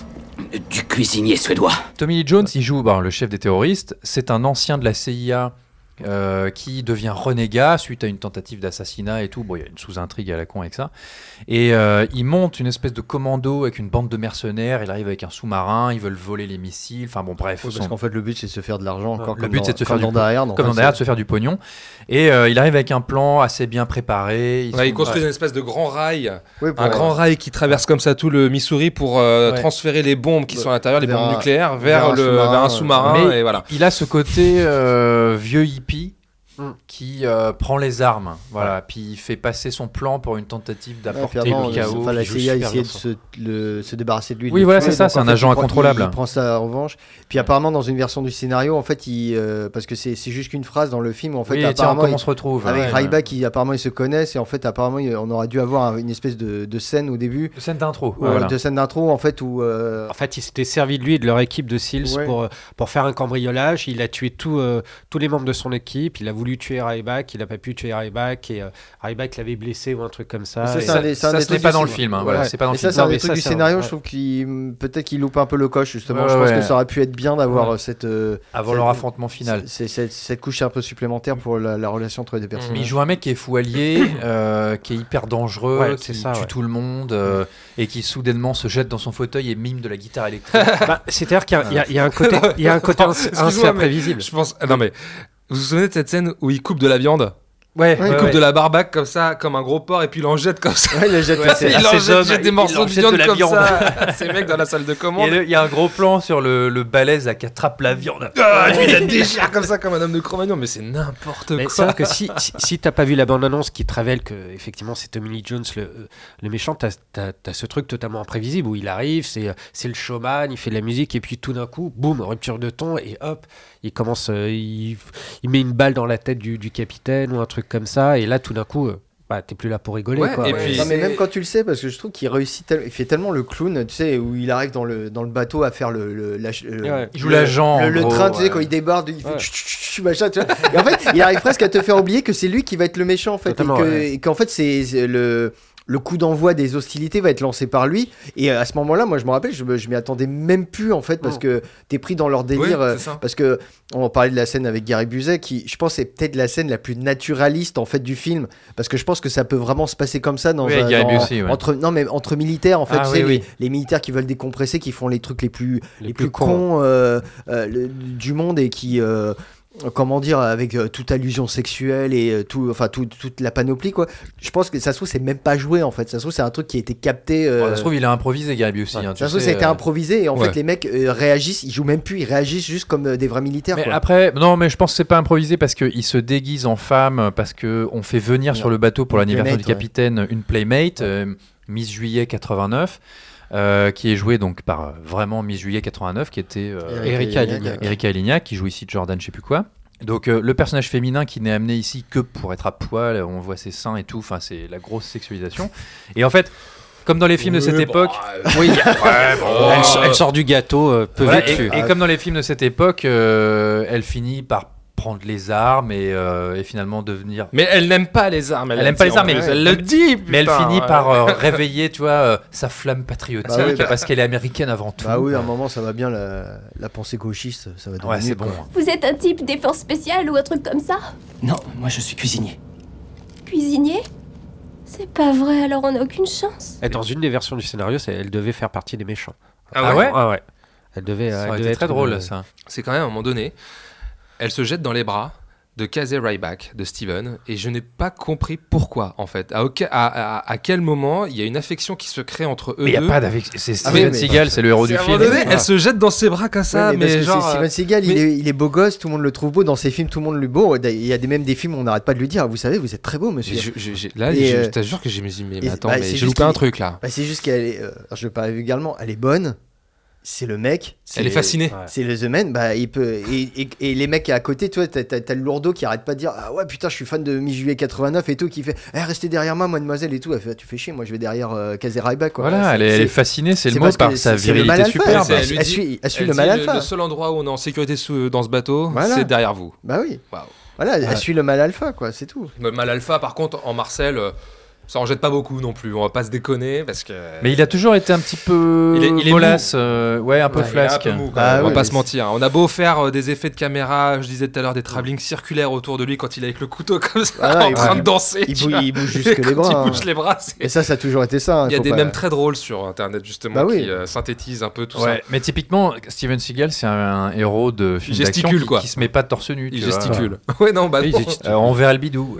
du cuisinier suédois. Tommy Lee Jones, il joue ben, le chef des terroristes. C'est un ancien de la C I A euh, qui devient renégat suite à une tentative d'assassinat et tout. Bon, il y a une sous-intrigue à la con avec ça. Et euh, il monte une espèce de commando avec une bande de mercenaires. Il arrive avec un sous-marin. Ils veulent voler les missiles. Enfin bon, bref. Ouais, son- parce qu'en fait, le but, c'est de se faire de l'argent. Encore Le comme but, dans- c'est de se comme faire dans du- derrière. comme dans derrière, de se faire du pognon. Et euh, il arrive avec un plan assez bien préparé. Ils Ouais, sont- il construit une espèce de grand rail, Oui, pour- un grand rail qui traverse comme ça tout le Missouri pour euh, Ouais. transférer les bombes qui Ouais. sont à l'intérieur, les Vers bombes un- nucléaires, vers vers, un le, sous-marin, vers un euh, sous-marin, Mais et voilà. il a ce côté euh, vieux hippie Mm. qui euh, prend les armes, voilà, puis il fait passer son plan pour une tentative Ouais, d'apporter puis avant, le chaos. enfin, la qui joue C I A super essayait bien de ça. se, le- se débarrasser de lui. de Oui, le voilà, tuer, c'est ça, donc, c'est en un fait, agent il prend- incontrôlable. Il, il prend sa revanche. Puis apparemment, dans une version du scénario, en fait, il, euh, parce que c'est c'est juste qu'une phrase dans le film, en fait, Oui, tiens, apparemment, comment il- on se retrouve avec ouais, Ryback, ils, apparemment, ils se connaissent et en fait, apparemment, il- on aurait dû avoir un- une espèce de, de scène au début, ouais. Scène d'intro. ou, ouais, voilà. de scène d'intro, en fait, où euh, En fait, il s'était servi de lui et de leur équipe de SEALs Ouais. pour, pour faire un cambriolage. Il a tué tout, euh, tous les membres de son équipe. Il a voulu tuer Ryback. Il n'a pas pu tuer Ryback. Et euh, Ryback l'avait blessé ou un truc comme ça. Ça, Et- c'est Ça, un des- c'est un ça, des ce n'est trucs pas du dans le film. film, hein, Ouais. voilà, c'est pas dans Et le ça, film. c'est un Non, des mais trucs ça, du c'est scénario, un- je trouve qu'il peut-être qu'il loupe un peu le coche, justement. Ouais, je pense ouais. que ça aurait pu être bien d'avoir Ouais. euh, cette, euh, Avant cette- leur affrontement final. c'est- cette, cette couche un peu supplémentaire pour la, la relation entre les deux personnages. Il joue un mec qui est fou allié, euh, qui est hyper dangereux, Ouais, qui c'est ça, tue ouais. tout le monde euh, et qui soudainement se jette dans son fauteuil et mime de la guitare électrique. Bah, c'est-à-dire qu'il y a- il y, a- il y a un côté, il y a un côté ins- Excuse-moi, insert mais prévisible. Je pense. ah, Non, mais vous vous souvenez de cette scène où il coupe de la viande? Ouais, Il coupe de la barbaque comme ça, comme un gros porc, et puis il en jette comme ça. Ouais, il a jeté- Ouais, c'est il assez en jette, zone, jette des il morceaux en de jette viande de la comme viande. ça. Ces mecs dans la salle de Et commande. le- il y a un gros plan sur le, le balèze là, qui attrape la viande. Ah, lui, il la déchire comme ça, comme un homme de Cro-Magnon, mais c'est n'importe Mais quoi. c'est vrai que si, si, si t'as pas vu la bande-annonce qui te révèle que effectivement c'est Tommy Lee Jones le, le méchant, t'as as, ce truc totalement imprévisible où il arrive, c'est c'est le showman, il fait de la musique et puis tout d'un coup, boum, rupture de ton et hop, il commence, euh, il, il met une balle dans la tête du, du capitaine ou un truc comme ça et là tout d'un coup, euh, bah, t'es plus là pour rigoler. Ouais, quoi. et Ouais. puis- Non mais même quand tu le sais, parce que je trouve qu'il réussit, tel- il fait tellement le clown, tu sais, où il arrive dans le, dans le bateau à faire le... le, la- le- Ouais. Il joue le- l'agent, Le, en le gros, train, tu sais, ouais. quand il débarque, il fait Ouais. tch, tch, tch, machin, tu vois. Et en fait, il arrive presque à te faire oublier que c'est lui qui va être le méchant, en fait. Et Totalement, que- ouais. et qu'en fait, c'est c'est le... Le coup d'envoi des hostilités va être lancé par lui. Et à ce moment-là, moi, je me rappelle, je, me- je m'y attendais même plus, en fait, parce Oh. que t'es pris dans leur Oui, délire. euh, c'est ça. Parce que on parlait de la scène avec Gary Busey, qui, je pense, est peut-être la scène la plus naturaliste en fait du film, parce que je pense que ça peut vraiment se passer comme ça dans, Oui, un- avec Gary dans- Busey, ouais. entre non mais entre militaires en fait, Ah tu oui, sais, oui. Les, les militaires qui veulent décompresser, qui font les trucs les plus les, Les plus, plus cons. cons euh, euh, le- du monde et qui euh, comment dire, avec euh, toute allusion sexuelle et euh, tout, enfin tout- toute la panoplie quoi. Je pense que ça se trouve c'est même pas joué en fait, ça se trouve c'est un truc qui a été capté. euh, Bon, ça se trouve, il a improvisé, Gary Busey. hein, tu ça se trouve sais, ça a été euh. improvisé et en ouais. fait les mecs euh, réagissent, ils jouent même plus, ils réagissent juste comme euh, des vrais militaires. Mais quoi. après, non, mais je pense que c'est pas improvisé parce qu'il se déguise en femme, parce qu'on fait venir Ouais. sur le bateau pour Une l'anniversaire du playmate, ouais. capitaine une playmate, euh, Miss Juillet quatre-vingt-neuf, euh, qui est jouée donc par euh, vraiment Miss Juillet quatre-vingt-neuf, qui était euh, Erika Lignac, Lignac. ouais. Erika Elignac, qui joue ici Jordan, je sais plus quoi. Donc euh, le personnage féminin qui n'est amené ici que pour être à poil, on voit ses seins et tout, enfin c'est la grosse sexualisation. Et en fait, comme dans les films de cette époque, oui, Elle, s- elle sort du gâteau, euh, peu voilà, vêtue. et, et comme dans les films de cette époque, euh, elle finit par apprendre les armes et, euh, et finalement devenir. Mais elle n'aime pas les armes. Elle n'aime pas les armes, mais elle le dit. Mais elle putain, finit ouais. par euh, réveiller, tu vois, euh, sa flamme patriotique Bah oui, bah- parce qu'elle est américaine avant tout. Bah oui, à un moment, ça va bien, la, la pensée gauchiste, ça va devenir Ouais, c'est nul, bon. quoi. Vous êtes un type des forces spéciales ou un truc comme ça? Non, moi je suis cuisinier. Cuisinier? C'est pas vrai, alors on n'a aucune chance. Et dans une des versions du scénario, c'est- elle devait faire partie des méchants. Ah ouais, ouais, ouais. Elle devait. Ça elle aurait devait été très être drôle, une- ça. C'est quand même à un moment donné, elle se jette dans les bras de Casey Ryback, de Steven, et je n'ai pas compris pourquoi, en fait. À, aucun- à, à- à quel moment il y a une affection qui se crée entre eux Mais il n'y a deux. pas d'avec. C'est Ah Steven oui, mais- Seagal, c'est le héros C'est du à un moment film. donné, Voilà. elle se jette dans ses bras comme ça, Ouais, mais, mais parce genre. que c'est- Steven euh, Seagal, il, mais- est, il est beau gosse, tout le monde le trouve beau. Dans ses films, tout le monde le beau. Il y a des, même des films où on n'arrête pas de lui dire, vous savez, vous êtes très beau, monsieur. mais je- je- j'ai- là, Et, je, euh, je t'assure que j'ai me suis dit, mais, mais et- attends, bah, mais c'est j'ai juste loupé un qu'il- truc là. Bah, c'est juste qu'elle est, euh, alors, je vais parler vulgairement, elle est bonne. C'est le mec. c'est- Elle est fascinée. C'est le The Man, bah il peut et, et, et les mecs à côté, toi, t'as, t'as, t'as le lourdeau qui arrête pas de dire ah ouais putain je suis fan de mi-juillet quatre-vingt-neuf et tout qui fait eh restez derrière moi mademoiselle et tout. Elle fait, tu fais chier, moi je vais derrière euh, Casey Ryback quoi. Voilà, C'est- elle est, elle est c'est- fascinée, c'est le c'est mot parce par que sa c'est- c'est le mal virilité alpha, superbe. C'est- elle, elle lui elle dit- suit, elle suit Elle le dit, mal le, alpha. le seul endroit où on est en sécurité sous- dans ce bateau, Voilà. c'est derrière vous. Bah oui. Waouh. Voilà, elle Ouais. suit le mal alpha quoi, c'est tout. Le mal alpha, par contre, en Marcel, euh, ça en jette pas beaucoup non plus. On va pas se déconner parce que. Mais il a toujours été un petit peu Il est- il est mollasse, euh, ouais, un peu Ouais, il est un flasque. peu mou, quand Bah même, on oui, va pas mais se c'est- mentir. On a beau faire euh, des effets de caméra, je disais tout à l'heure, des travelling circulaires autour de lui quand il est avec le couteau comme ça, Voilà, en il- train il- de danser. Il tu bouge, vois. il bouge juste que les Quand bras. il hein. bouge les bras, c'est- Et ça, ça a toujours été ça. hein, il y a faut des pas- mèmes très drôles sur internet justement Bah oui. qui euh, synthétisent un peu tout Ouais, mais typiquement, Steven Seagal, c'est un, un héros de film d'action gesticule, qui, quoi. qui se met pas de torse nu. ça. Il tu vois. gesticule. Ouais, non, bah Oui, non. il gesticule. Euh, on verra le bidou.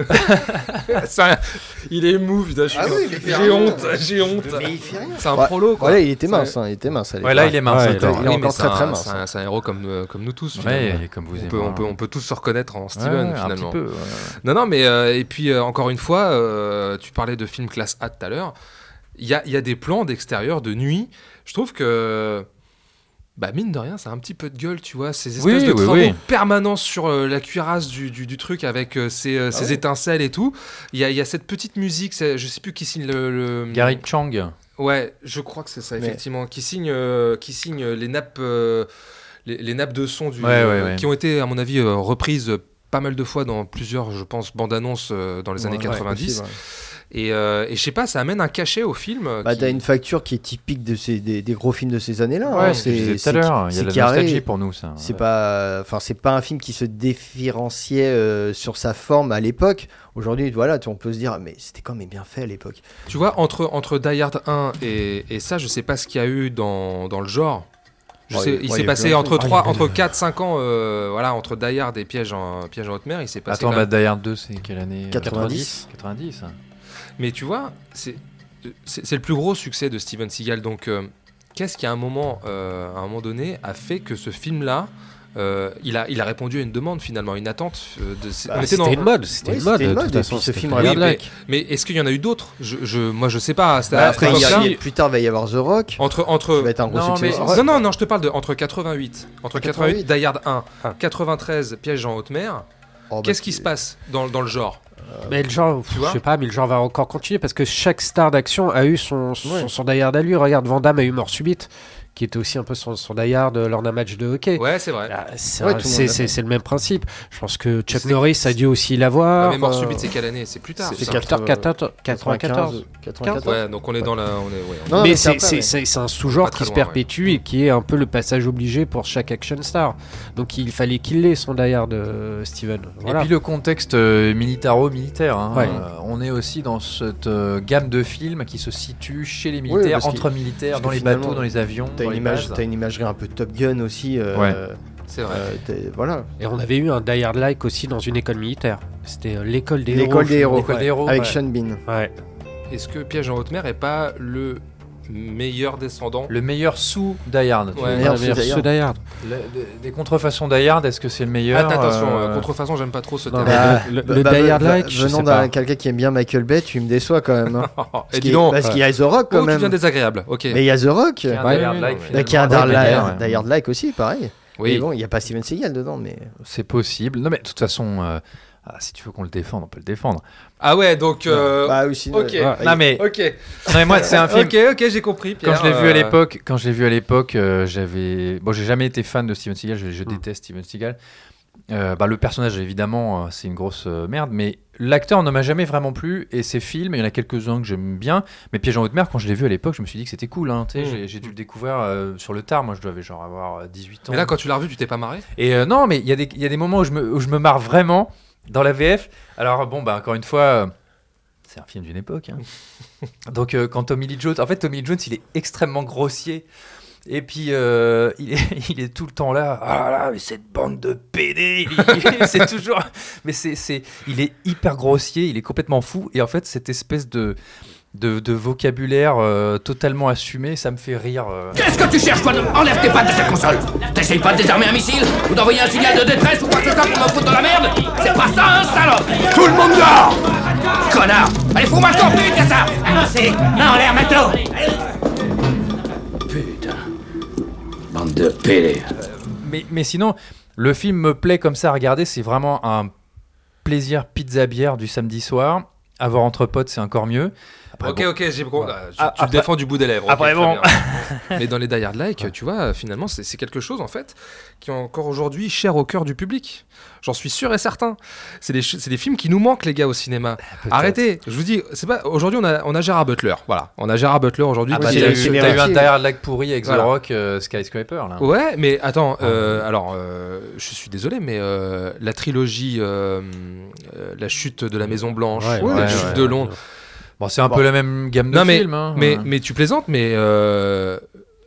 Ça, il est mou, putain. je suis- Ah oui, mais J'ai rien. honte, j'ai honte. Mais il fait rien. C'est un Ouais. prolo quoi. Voilà, il était C'est- mince, hein, il était mince. à l'époque. Ouais, là, il est mince. Ouais, attends. il est- il est Oui, mais encore c'est très un- très mince. C'est un, c'est un héros comme, euh, comme nous tous. Ouais, finalement. comme vous On et peut, moi. on, peut, on peut tous se reconnaître en Ouais, Steven un finalement. petit peu. ouais. Non, non, mais euh, et puis euh, encore une fois, euh, tu parlais de film classe A tout à l'heure. Il y a, il y a des plans d'extérieur de nuit. Je trouve que, bah mine de rien, ça a un petit peu de gueule, tu vois. Ces espèces Oui, de oui, travaux oui. permanents sur euh, la cuirasse du, du, du truc avec euh, ces, euh, ces ouais. étincelles et tout. Il y a, il y a cette petite musique. c'est- Je sais plus qui signe le. le- Gary Chang. Ouais, je crois que c'est ça Mais- effectivement. Qui signe, euh, qui signe les nappes, euh, les, les nappes de son du, Ouais, ouais, euh, ouais. qui ont été à mon avis euh, reprises pas mal de fois dans plusieurs, je pense, bandes annonces euh, dans les années Ouais, quatre-vingt-dix. possible, ouais. Et, euh, et je sais pas, ça amène un cachet au film. euh, Bah, qui- t'as une facture qui est typique de ces, des, des gros films de ces années-là. Ouais, hein. c'est ce que je disais tout à c'est- l'heure. Il y a c'est de la carré. nostalgie pour nous, ça. C'est pas, enfin c'est pas un film qui se différenciait euh, sur sa forme à l'époque. Aujourd'hui, voilà, tu- on peut se dire, mais c'était quand même bien fait à l'époque. Tu vois, entre, entre Die Hard un et, et ça, je sais pas ce qu'il y a eu dans, dans le genre. Je Ouais, sais, ouais, il il y s'est a passé plein de entre, trucs. trois, Ah, il y a entre plein de- quatre cinq ans, euh, voilà, entre Die Hard et Piège en, Piège en haute mer, il s'est passé. Attends, quand bah, même- Die Hard deux, c'est quelle année quatre-vingt-dix. quatre-vingt-dix. hein. Mais tu vois, c'est c'est c'est le plus gros succès de Steven Seagal. Donc, euh, qu'est-ce qui, à un moment, euh, à un moment donné, a fait que ce film-là, euh, il, a, il a répondu à une demande, finalement, une attente. euh, de, Bah, on était C'était dans- une mode, c'était Oui, une mode. c'était une de mode, toute et façon, puis ce c'était film pas Oui, Ryan mais, Black. mais est-ce qu'il y en a eu d'autres je, je, Moi, je sais pas. C'était Bah, à après, cette il y a- époque-là. il y a- plus tard, il va y avoir The Rock. Entre, Ça entre, va être un gros Non, succès. mais- aussi. non, non, non, je te parle de entre quatre-vingt-huit, entre quatre-vingt-huit, Die Hard un, Ah. quatre-vingt-treize, Piège en haute mer. Oh, bah, Qu'est-ce qui tu- se passe dans, dans le genre? Mais le genre, Tu vois je sais pas, mais le genre va encore continuer parce que chaque star d'action a eu son, son, Ouais. son Die Hard à lui. Regarde, Van Damme a eu Mort Subite, qui était aussi un peu son, son Die Hard euh, lors d'un match de hockey. Ouais, c'est vrai. Ah, c'est Ouais, un- tout le monde c'est l'a c'est- fait. c'est le même principe. Je pense que Chuck C'est- Norris a dû aussi Ah, l'avoir. mais Mort euh, subite, c'est quelle année? C'est plus tard. C'est ça. plus tard, quatre-vingt-quatorze. quatre-vingt-quinze. quatre-vingt-quatorze. Ouais, donc on est dans la. On est, ouais, on- Non, mais mais c'est après, c'est- ouais. c'est- c'est un sous-genre Pas très qui se loin, ouais. perpétue et qui est un peu le passage obligé pour chaque action star. Donc il fallait qu'il l'ait, son Die Hard, euh, Steven. Voilà. Et puis le contexte euh, militaro-militaire. hein. Ouais. Euh, on est aussi dans cette euh, gamme de films qui se situe chez les Oui, militaires, parce entre que- militaires, parce dans que les finalement, bateaux, dans les avions, T'as dans une, les image, bases. t'as une imagerie un peu Top Gun aussi. euh, Ouais. c'est vrai. euh, t'es- voilà. Et on avait eu un Die Hard-like aussi dans une école militaire. C'était euh, l'école des héros. L'école des héros. L'école des héros. Avec ouais. Sean Bean. Ouais. Est-ce que Piège en haute mer est pas le meilleur descendant? Le meilleur sous Die Hard. tu Ouais. veux Meilleur dire. sous Die Ce Hard. Die Hard. Le- de- des contrefaçons Die Hard, est-ce que c'est le meilleur Attends, attention, euh, euh, contrefaçon, j'aime pas trop ce Non, terme. mais Bah, le, le- bah, le bah, Die bah, Hard-like, je venant sais d'un pas. quelqu'un qui aime bien Michael Bay, tu me déçois quand même. Hein. Et Parce dis qu'il- donc, parce qu'il y a The Rock oh, quand tu même. viens désagréable. Ok. Mais il y a The Rock. qui est un Ouais, Die Hard oui, like, oui. Bah, qui est un finalement. Die Ouais, Hard- ouais. Die Hard like aussi, pareil. Oui. Mais bon, il n'y a pas Steven Seagal dedans, mais. C'est possible. Non, mais de toute façon, euh, ah, si tu veux qu'on le défende, on peut le défendre. Ah ouais, donc. euh, Bah, aussi. ok. ouais. Non, mais, Ok. non, mais moi, c'est un film. Ok, ok, j'ai compris. Quand Pierre, je l'ai vu euh, à l'époque, quand je l'ai vu à l'époque, euh, j'avais, bon, j'ai jamais été fan de Steven Seagal. Je, je déteste Steven Seagal, Euh, bah, le personnage, évidemment, euh, c'est une grosse euh, merde, mais l'acteur ne m'a jamais vraiment plu. Et ses films, il y en a quelques-uns que j'aime bien. Mais Piège en haute mer, quand je l'ai vu à l'époque, je me suis dit que c'était cool. Hein, mmh. j'ai, j'ai dû le découvrir euh, sur le tard. Moi, je devais genre avoir dix-huit ans. Mais là, quand tu l'as revu, tu t'es pas marré ? Et euh, non, mais il y, y a des moments où je, me, où je me marre vraiment dans la V F. Alors, bon, bah, encore une fois. Euh, c'est un film d'une époque. Hein. Donc, euh, quand Tommy Lee Jones. En fait, Tommy Lee Jones, il est extrêmement grossier. Et puis, euh, il, est, il est tout le temps là. Ah là, mais cette bande de pédés, c'est toujours. Mais c'est, c'est, il est hyper grossier, il est complètement fou. Et en fait, cette espèce de, de, de vocabulaire euh, totalement assumé, ça me fait rire. Euh... Qu'est-ce que tu cherches, toi ? Enlève tes pattes de cette console. T'essayes pas de désarmer un missile ou d'envoyer un signal de détresse ou quoi que ce soit pour me foutre dans la merde ? C'est pas ça, un salope ! Tout le monde dehors ! Connard ! Allez, fous-moi le camp, plus vite que ça ! Avancez ! Main en l'air, maintenant ! Putain. Bande de pédés. Euh, mais, mais sinon, le film me plaît comme ça à regarder. C'est vraiment un plaisir pizza-bière du samedi soir. Avoir entre potes, c'est encore mieux. Après, ok, bon, ok, j'ai compris. Ouais. Tu, tu après, le défends du bout des lèvres. Après, okay, bon. Mais dans les Die Hard Like, tu vois, finalement, c'est, c'est quelque chose, en fait, qui est encore aujourd'hui cher au cœur du public. J'en suis sûr et certain. C'est des, c'est des films qui nous manquent, les gars, au cinéma. Peut-être. Arrêtez. Je vous dis, c'est pas. Aujourd'hui, on a, on a Gérard Butler. Voilà. On a Gérard Butler aujourd'hui. Ah bah, t'as, eu, t'as eu un Die Hard Like pourri avec voilà. The Rock, euh, Skyscraper, là. Ouais, mais attends. Euh, ah. Alors, euh, je suis désolé, mais euh, la trilogie, euh, euh, la chute de la Maison Blanche, ouais, ouais, la ouais, chute ouais, de Londres. Ouais. Bon, c'est un bon. peu la même gamme de non, mais, films. Hein, mais, ouais. mais tu plaisantes, mais euh,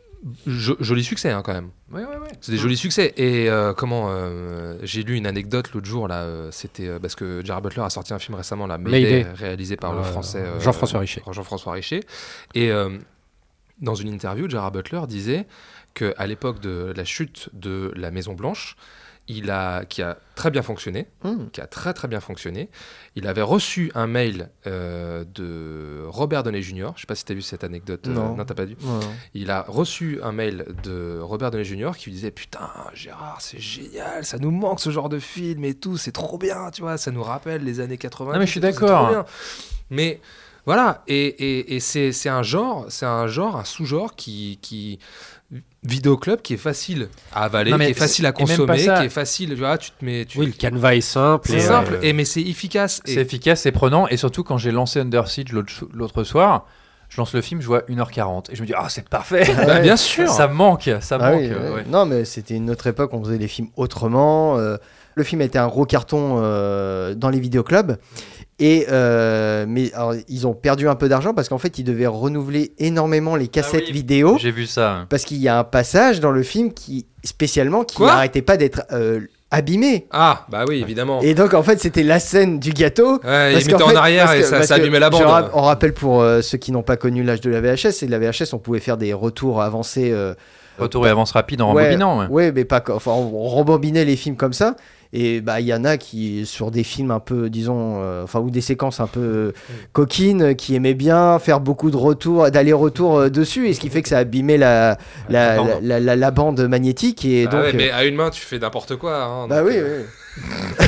jo- joli succès hein, quand même. Ouais, ouais, ouais. C'est des jolis succès. Et euh, comment euh, j'ai lu une anecdote l'autre jour là, euh, c'était euh, parce que Gerard Butler a sorti un film récemment là, Mayday, réalisé par euh, le français euh, Jean-François Richer. Jean-François Richer. Et euh, dans une interview, Gerard Butler disait que à l'époque de la chute de la Maison Blanche, il a, qui a très bien fonctionné, mmh. qui a très très bien fonctionné. Il avait reçu un mail euh, de Robert Downey junior Je ne sais pas si tu as vu cette anecdote. Non, euh, non tu n'as pas vu. Non. Il a reçu un mail de Robert Downey junior qui lui disait « Putain, Gérard, c'est génial, ça nous manque ce genre de film et tout, c'est trop bien, tu vois, ça nous rappelle les années quatre-vingts. » Non mais je suis d'accord. Mais voilà, et, et, et c'est, c'est un genre, c'est un genre, un sous-genre qui... qui vidéoclub qui est facile à avaler, non, qui est facile à consommer, qui est facile, tu vois, tu te mets... Tu... Oui, le canevas est simple. C'est et simple, euh... et, mais c'est efficace. C'est et... efficace, c'est prenant, et surtout quand j'ai lancé Under Siege l'autre, l'autre soir, je lance le film, je vois une heure quarante, et je me dis, ah, oh, c'est parfait. Ah ouais, bien sûr. Ça me manque, ça me ah manque. Oui, euh, ouais. Non, mais c'était une autre époque, on faisait les films autrement. Euh, le film a été un gros carton euh, dans les vidéoclubs. Et euh, mais alors, ils ont perdu un peu d'argent parce qu'en fait ils devaient renouveler énormément les cassettes ah oui, vidéo. J'ai vu ça. Parce qu'il y a un passage dans le film qui spécialement qui Quoi n'arrêtait pas d'être euh, abîmé. Ah bah oui évidemment. Et donc en fait c'était la scène du gâteau. Ouais, il mettait en arrière et ça, ça allumait la bande. Ra- on rappelle pour euh, ceux qui n'ont pas connu l'âge de la V H S, c'est de la V H S on pouvait faire des retours avancés. Euh, Retour et avance rapide en ouais, rembobinant. Ouais. ouais mais pas. Enfin on rembobinait les films comme ça. Et bah il y en a qui sur des films un peu disons euh, enfin ou des séquences un peu euh, coquines qui aimaient bien faire beaucoup de retours d'aller-retour euh, dessus et ce qui fait que ça abîmait la la, la, la, la, la, la bande magnétique et ah donc ouais, euh... mais à une main tu fais n'importe quoi hein, bah oui, euh... oui.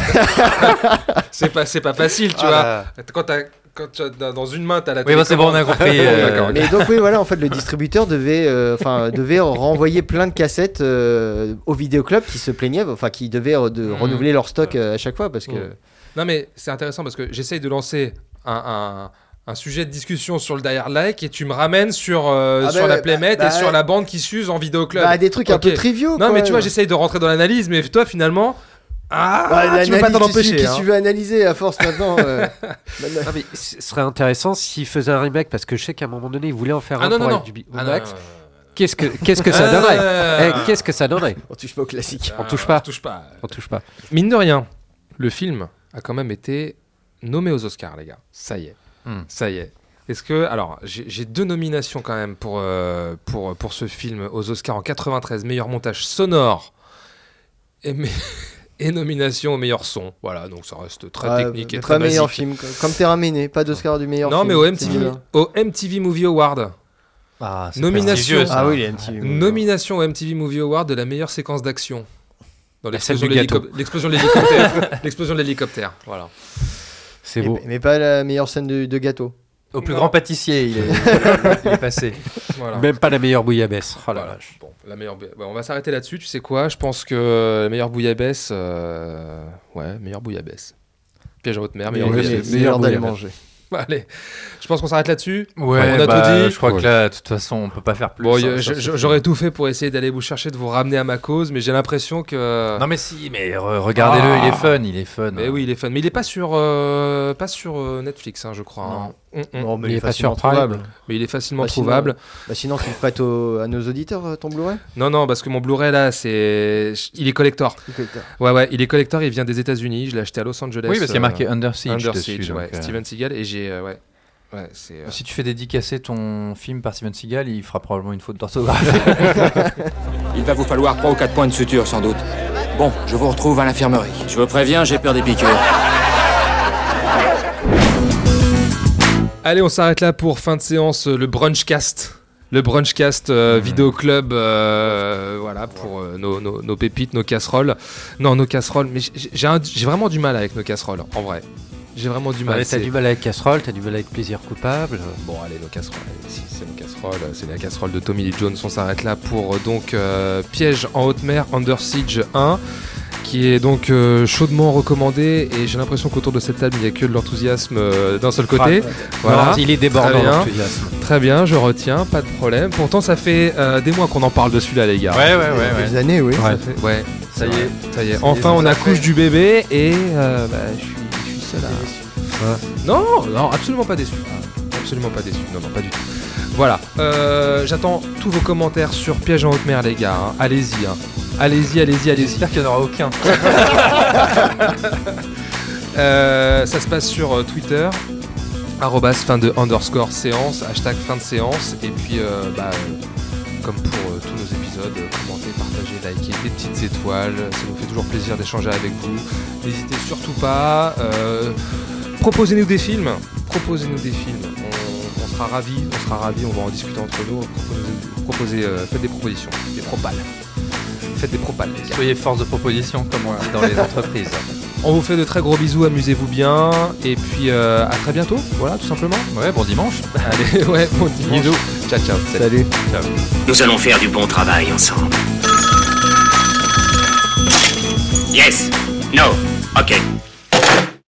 c'est pas c'est pas facile tu ah vois là. Quand t'as quand tu as, dans une main t'as la oui bah c'est bon on a compris euh... d'accord, mais donc oui voilà en fait le distributeur devait enfin euh, devait renvoyer plein de cassettes euh, au vidéoclub qui se plaignaient enfin qui devaient euh, de, mmh. renouveler leur stock euh, à chaque fois parce que mmh. non mais c'est intéressant parce que j'essaye de lancer un, un un sujet de discussion sur le Die Hard Like et tu me ramènes sur, euh, ah sur bah, la Playmate bah, et bah, sur la bande qui s'use en vidéoclub. Bah, des trucs okay. un peu triviaux. Non quoi. mais tu vois j'essaye de rentrer dans l'analyse mais toi finalement ah bah, tu veux pas t'en empêcher. Qu'est-ce hein. que tu veux analyser à force maintenant euh... non, mais ce serait intéressant s'il faisait un remake parce que je sais qu'à un moment donné il voulait en faire ah, un non, pour non, avec non. du ah, Max. Non, non, non. Qu'est-ce que qu'est-ce que ça donnerait eh, Qu'est-ce que ça donnerait On touche pas au classique. On touche pas. On touche pas. On touche pas. Mine de rien, le film a quand même été nommé aux Oscars les gars. Ça y est. Hmm. Ça y est. Est-ce que alors j'ai, j'ai deux nominations quand même pour euh, pour pour ce film aux Oscars en quatre-vingt-treize meilleur montage sonore et, me... et nomination au meilleur son. Voilà donc ça reste très ouais, technique et pas très basique. Meilleur film comme Terra Méné, pas d'Oscar du meilleur non, film. Non mais au M T V au M T V Movie Award. Ah, c'est nomination. Ah oui les M T V. Nomination au M T V Movie Award de la meilleure séquence d'action. Dans l'explosion de, l'hélicop- l'explosion de l'hélicoptère. l'explosion de l'hélicoptère. Voilà. C'est beau. Mais, mais pas la meilleure scène de, de gâteau. Au plus non. grand pâtissier, il est, il est passé. Voilà. Même pas la meilleure bouillabaisse. Oh là voilà. là. Bon. La meilleure bouilla- ouais, on va s'arrêter là-dessus. Tu sais quoi ? Je pense que la meilleure bouillabaisse, euh... ouais, meilleure bouillabaisse. Piège en haute mer, meilleure Oui, bouillabaisse. c'est l'heure d'aller manger. Allez, je pense qu'on s'arrête là-dessus. Ouais, on a bah, tout dit. je crois Ouais. que là, de toute façon, on peut pas faire plus. Bon, hein, y- sur je- ce j'aurais film. tout fait pour essayer d'aller vous chercher, de vous ramener à ma cause, mais j'ai l'impression que. Non mais si, mais re- regardez-le, Ah. il est fun, il est fun. Mais oui, il est fun. Mais il est pas sur, euh, pas sur euh, Netflix, hein, je crois. Non. hein. Mm, mm. Non, mais Il il est est pas facilement sur Prime. trouvable. Mais il est facilement Bah, sinon- trouvable. Bah, sinon, tu le prêtes au- à nos auditeurs, euh, ton Blu-ray Non, non, parce que mon Blu-ray là, c'est, il est collector. Ouais, ouais, il est collector. Il vient des États-Unis. Je l'ai acheté à Los Angeles. Oui, parce qu'il y a marqué euh, Under Siege Under dessus. Siege, donc, ouais. euh, Steven Seagal et j'ai, euh, ouais, ouais, c'est. euh, Si tu fais dédicacer ton film par Steven Seagal, il fera probablement une faute d'orthographe. Il va vous falloir trois ou quatre points de suture sans doute. Bon, je vous retrouve à l'infirmerie. Je vous préviens, j'ai peur des piqûres. Allez, on s'arrête là pour fin de séance, euh, le brunchcast. Le brunchcast euh, Mmh. vidéo club, euh, voilà, pour euh, nos, nos, nos pépites, nos casseroles. Non, nos casseroles, mais j'ai, j'ai, un- j'ai vraiment du mal avec nos casseroles, en vrai. J'ai vraiment du mal. Ouais, t'as c'est- du mal avec casserole, t'as du mal avec plaisir coupable. Bon, allez, nos casseroles. Allez, si c'est nos casseroles, c'est la casserole de Tommy Lee Jones. On s'arrête là pour euh, donc euh, Piège en haute mer, Under Siege un, qui est donc euh, chaudement recommandé. Et j'ai l'impression qu'autour de cette table, il n'y a que de l'enthousiasme euh, d'un seul côté. Ah, ouais. Voilà. Non, il est débordant Très bien. d'enthousiasme. Très bien, je retiens, pas de problème. Pourtant, ça fait euh, des mois qu'on en parle de celui-là, les gars. Ouais, ouais, ouais. Des ouais. années, oui. Ça fait- ouais, Ça y est. ça y est. C'est Enfin, des on affaires. accouche du bébé et euh, bah, je suis, je suis seul à. Non, non, absolument pas déçu. Absolument pas déçu. Non, non, pas du tout. Voilà. Euh, j'attends tous vos commentaires sur Piège en haute mer, les gars. hein. Allez-y. hein. Allez-y, allez-y, allez-y. J'espère qu'il n'y en aura aucun. Euh, ça se passe sur euh, Twitter. Arrobas fin de underscore séance, hashtag fin de séance. Et puis, euh, bah, euh, comme pour euh, tous nos épisodes, euh, commentez, partagez, likez, des petites étoiles. Ça nous fait toujours plaisir d'échanger avec vous. N'hésitez surtout pas. Euh, proposez-nous des films. Proposez-nous des films. On, on sera ravis. On sera ravis. On va en discuter entre nous. Proposez, proposez, euh, faites des propositions. Des propales. Faites des propales, les gars. Soyez force de proposition, comme on dit dans les entreprises. On vous fait de très gros bisous, amusez-vous bien, et puis euh, à très bientôt, voilà, tout simplement. Ouais, bon dimanche. Allez, ouais, bon dimanche. Bisous. Ciao, ciao. Salut. Ciao. Nous allons faire du bon travail ensemble. Yes. No. Ok.